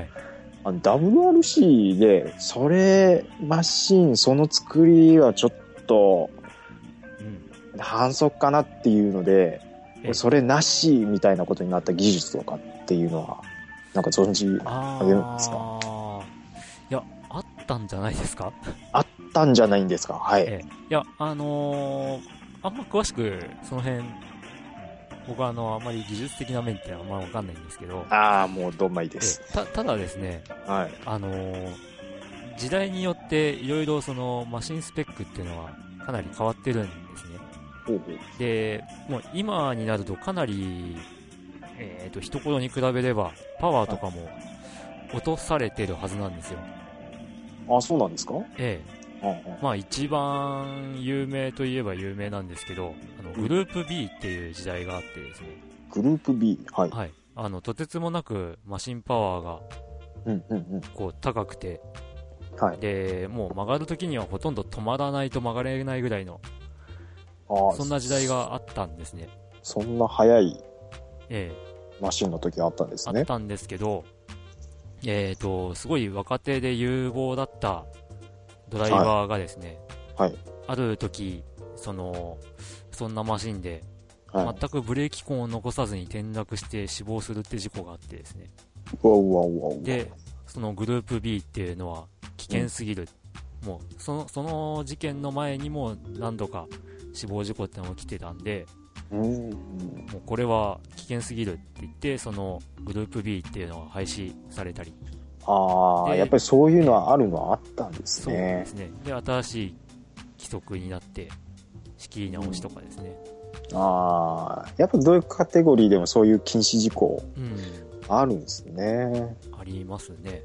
WRC で、それ、マシン、その作りはちょっと、反則かなっていうので、それなしみたいなことになった技術とかっていうのは、なんか存じ上げるんですか？ いや、あったんじゃないですか？ あったんじゃないんですか？はい。 いや、あんま詳しく、その辺、僕はあんまり技術的な面ってあんまりわかんないんですけど。 もうどんまいです。 ただですね、 はい。 時代によっていろいろそのマシンスペックっていうのはかなり変わってるんですね。で、もう今になるとかなり、一頃に比べればパワーとかも落とされてるはずなんですよ。 あ、そうなんですか？ まあ一番有名といえば有名なんですけど、グループ B っていう時代があってですね。 グループ B？ はい。 はい。とてつもなくマシンパワーが、こう高くて、 はい。 で、もう曲がるときにはほとんど止まらないと曲がれないぐらいの、そんな時代があったんですね。 そんな速いマシンの時があったんですね。 あったんですけど、すごい若手で有望だったドライバーがですね、 はい。 ある時、そんなマシンで、全くブレーキ痕を残さずに転落して死亡するって事故があってですね。で、そのグループ B っていうのは危険すぎる。もう、その事件の前にも何度か死亡事故ってのが起きてたんで、もうこれは危険すぎるって言って、そのグループ B っていうのは廃止されたり。 やっぱりそういうのはあるのはあったんですね。 そうですね。で、新しい規則になって、仕切り直しとかですね。 やっぱどういうカテゴリーでもそういう禁止事項、あるんですね。 ありますね。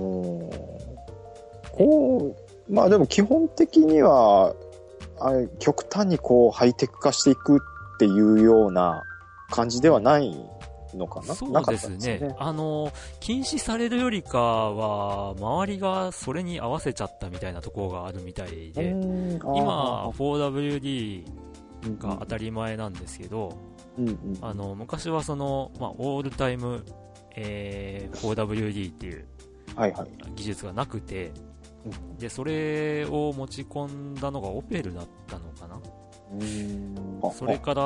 まあでも基本的には、極端にこうハイテク化していくっていうような感じではないのかな？ そうですね。禁止されるよりかは、周りがそれに合わせちゃったみたいなところがあるみたいで、今、4WD が当たり前なんですけど、昔はオールタイム、4WD っていう技術がなくて、で、それを持ち込んだのがオペルだったのかな？それから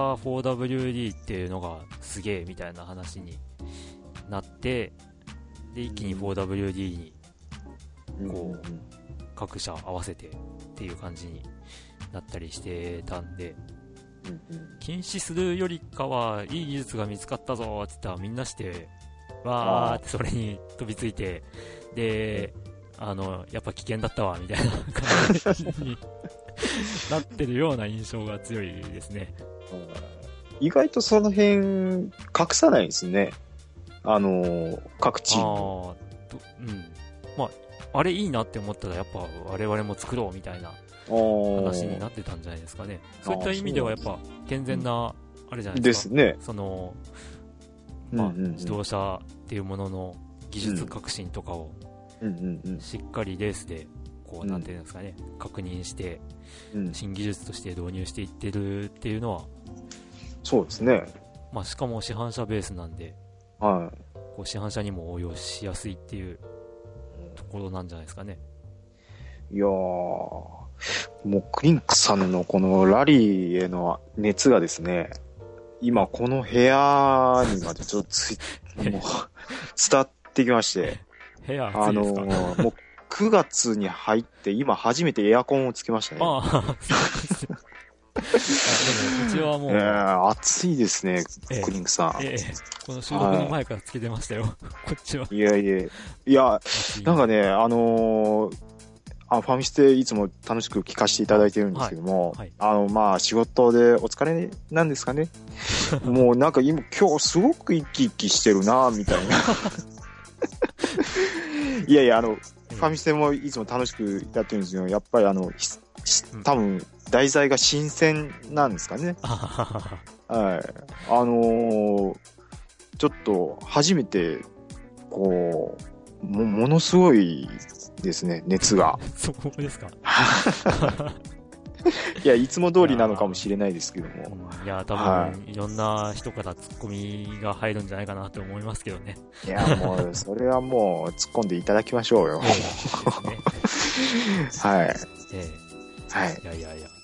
4WD っていうのがすげえみたいな話になって、で、一気に 4WD に、こう、各社合わせてっていう感じになったりしてたんで、禁止するよりかは、いい技術が見つかったぞって言ったらみんなして、わーってそれに飛びついて、で、やっぱ危険だったわみたいな感じになってるような印象が強いですね。 意外とその辺隠さないですね。各チーム。 まあ、あれいいなって思ったらやっぱ我々も作ろうみたいな話になってたんじゃないですかね。そういった意味ではやっぱ健全な、あれじゃないですか。 ですね。自動車っていうものの技術革新とかをしっかりレースでこうなんていうんですかね、確認して、新技術として導入していってるっていうのは、 そうですね。 まあしかも市販車ベースなんで、 こう市販車にも応用しやすいっていうところなんじゃないですかね。 いやー、もうクリンクさんのこのラリーへの熱がですね、今この部屋にまでちょっともう伝わってきまして。 部屋暑いですか？ もう9月に入って今初めてエアコンをつけましたね。 も、うちはもう、暑いですね、クリンクさん。 この収録の前からつけてましたよ、こっちは。 いや、なんかね、ファミステいつも楽しく聞かせていただいてるんですけども、まあ、仕事でお疲れなんですかね。もうなんか今日すごく生き生きしてるなみたいな。いや、ファミステもいつも楽しくやってるんですけど、やっぱり多分、題材が新鮮なんですかね。はい。ちょっと、初めて、こう、ものすごいですね、熱が。 そうですか。 いや、いつも通りなのかもしれないですけども。 いや、多分、いろんな人からツッコミが入るんじゃないかなと思いますけどね。 いや、もう、それはもう、突っ込んでいただきましょうよ。はい。 はい。いや。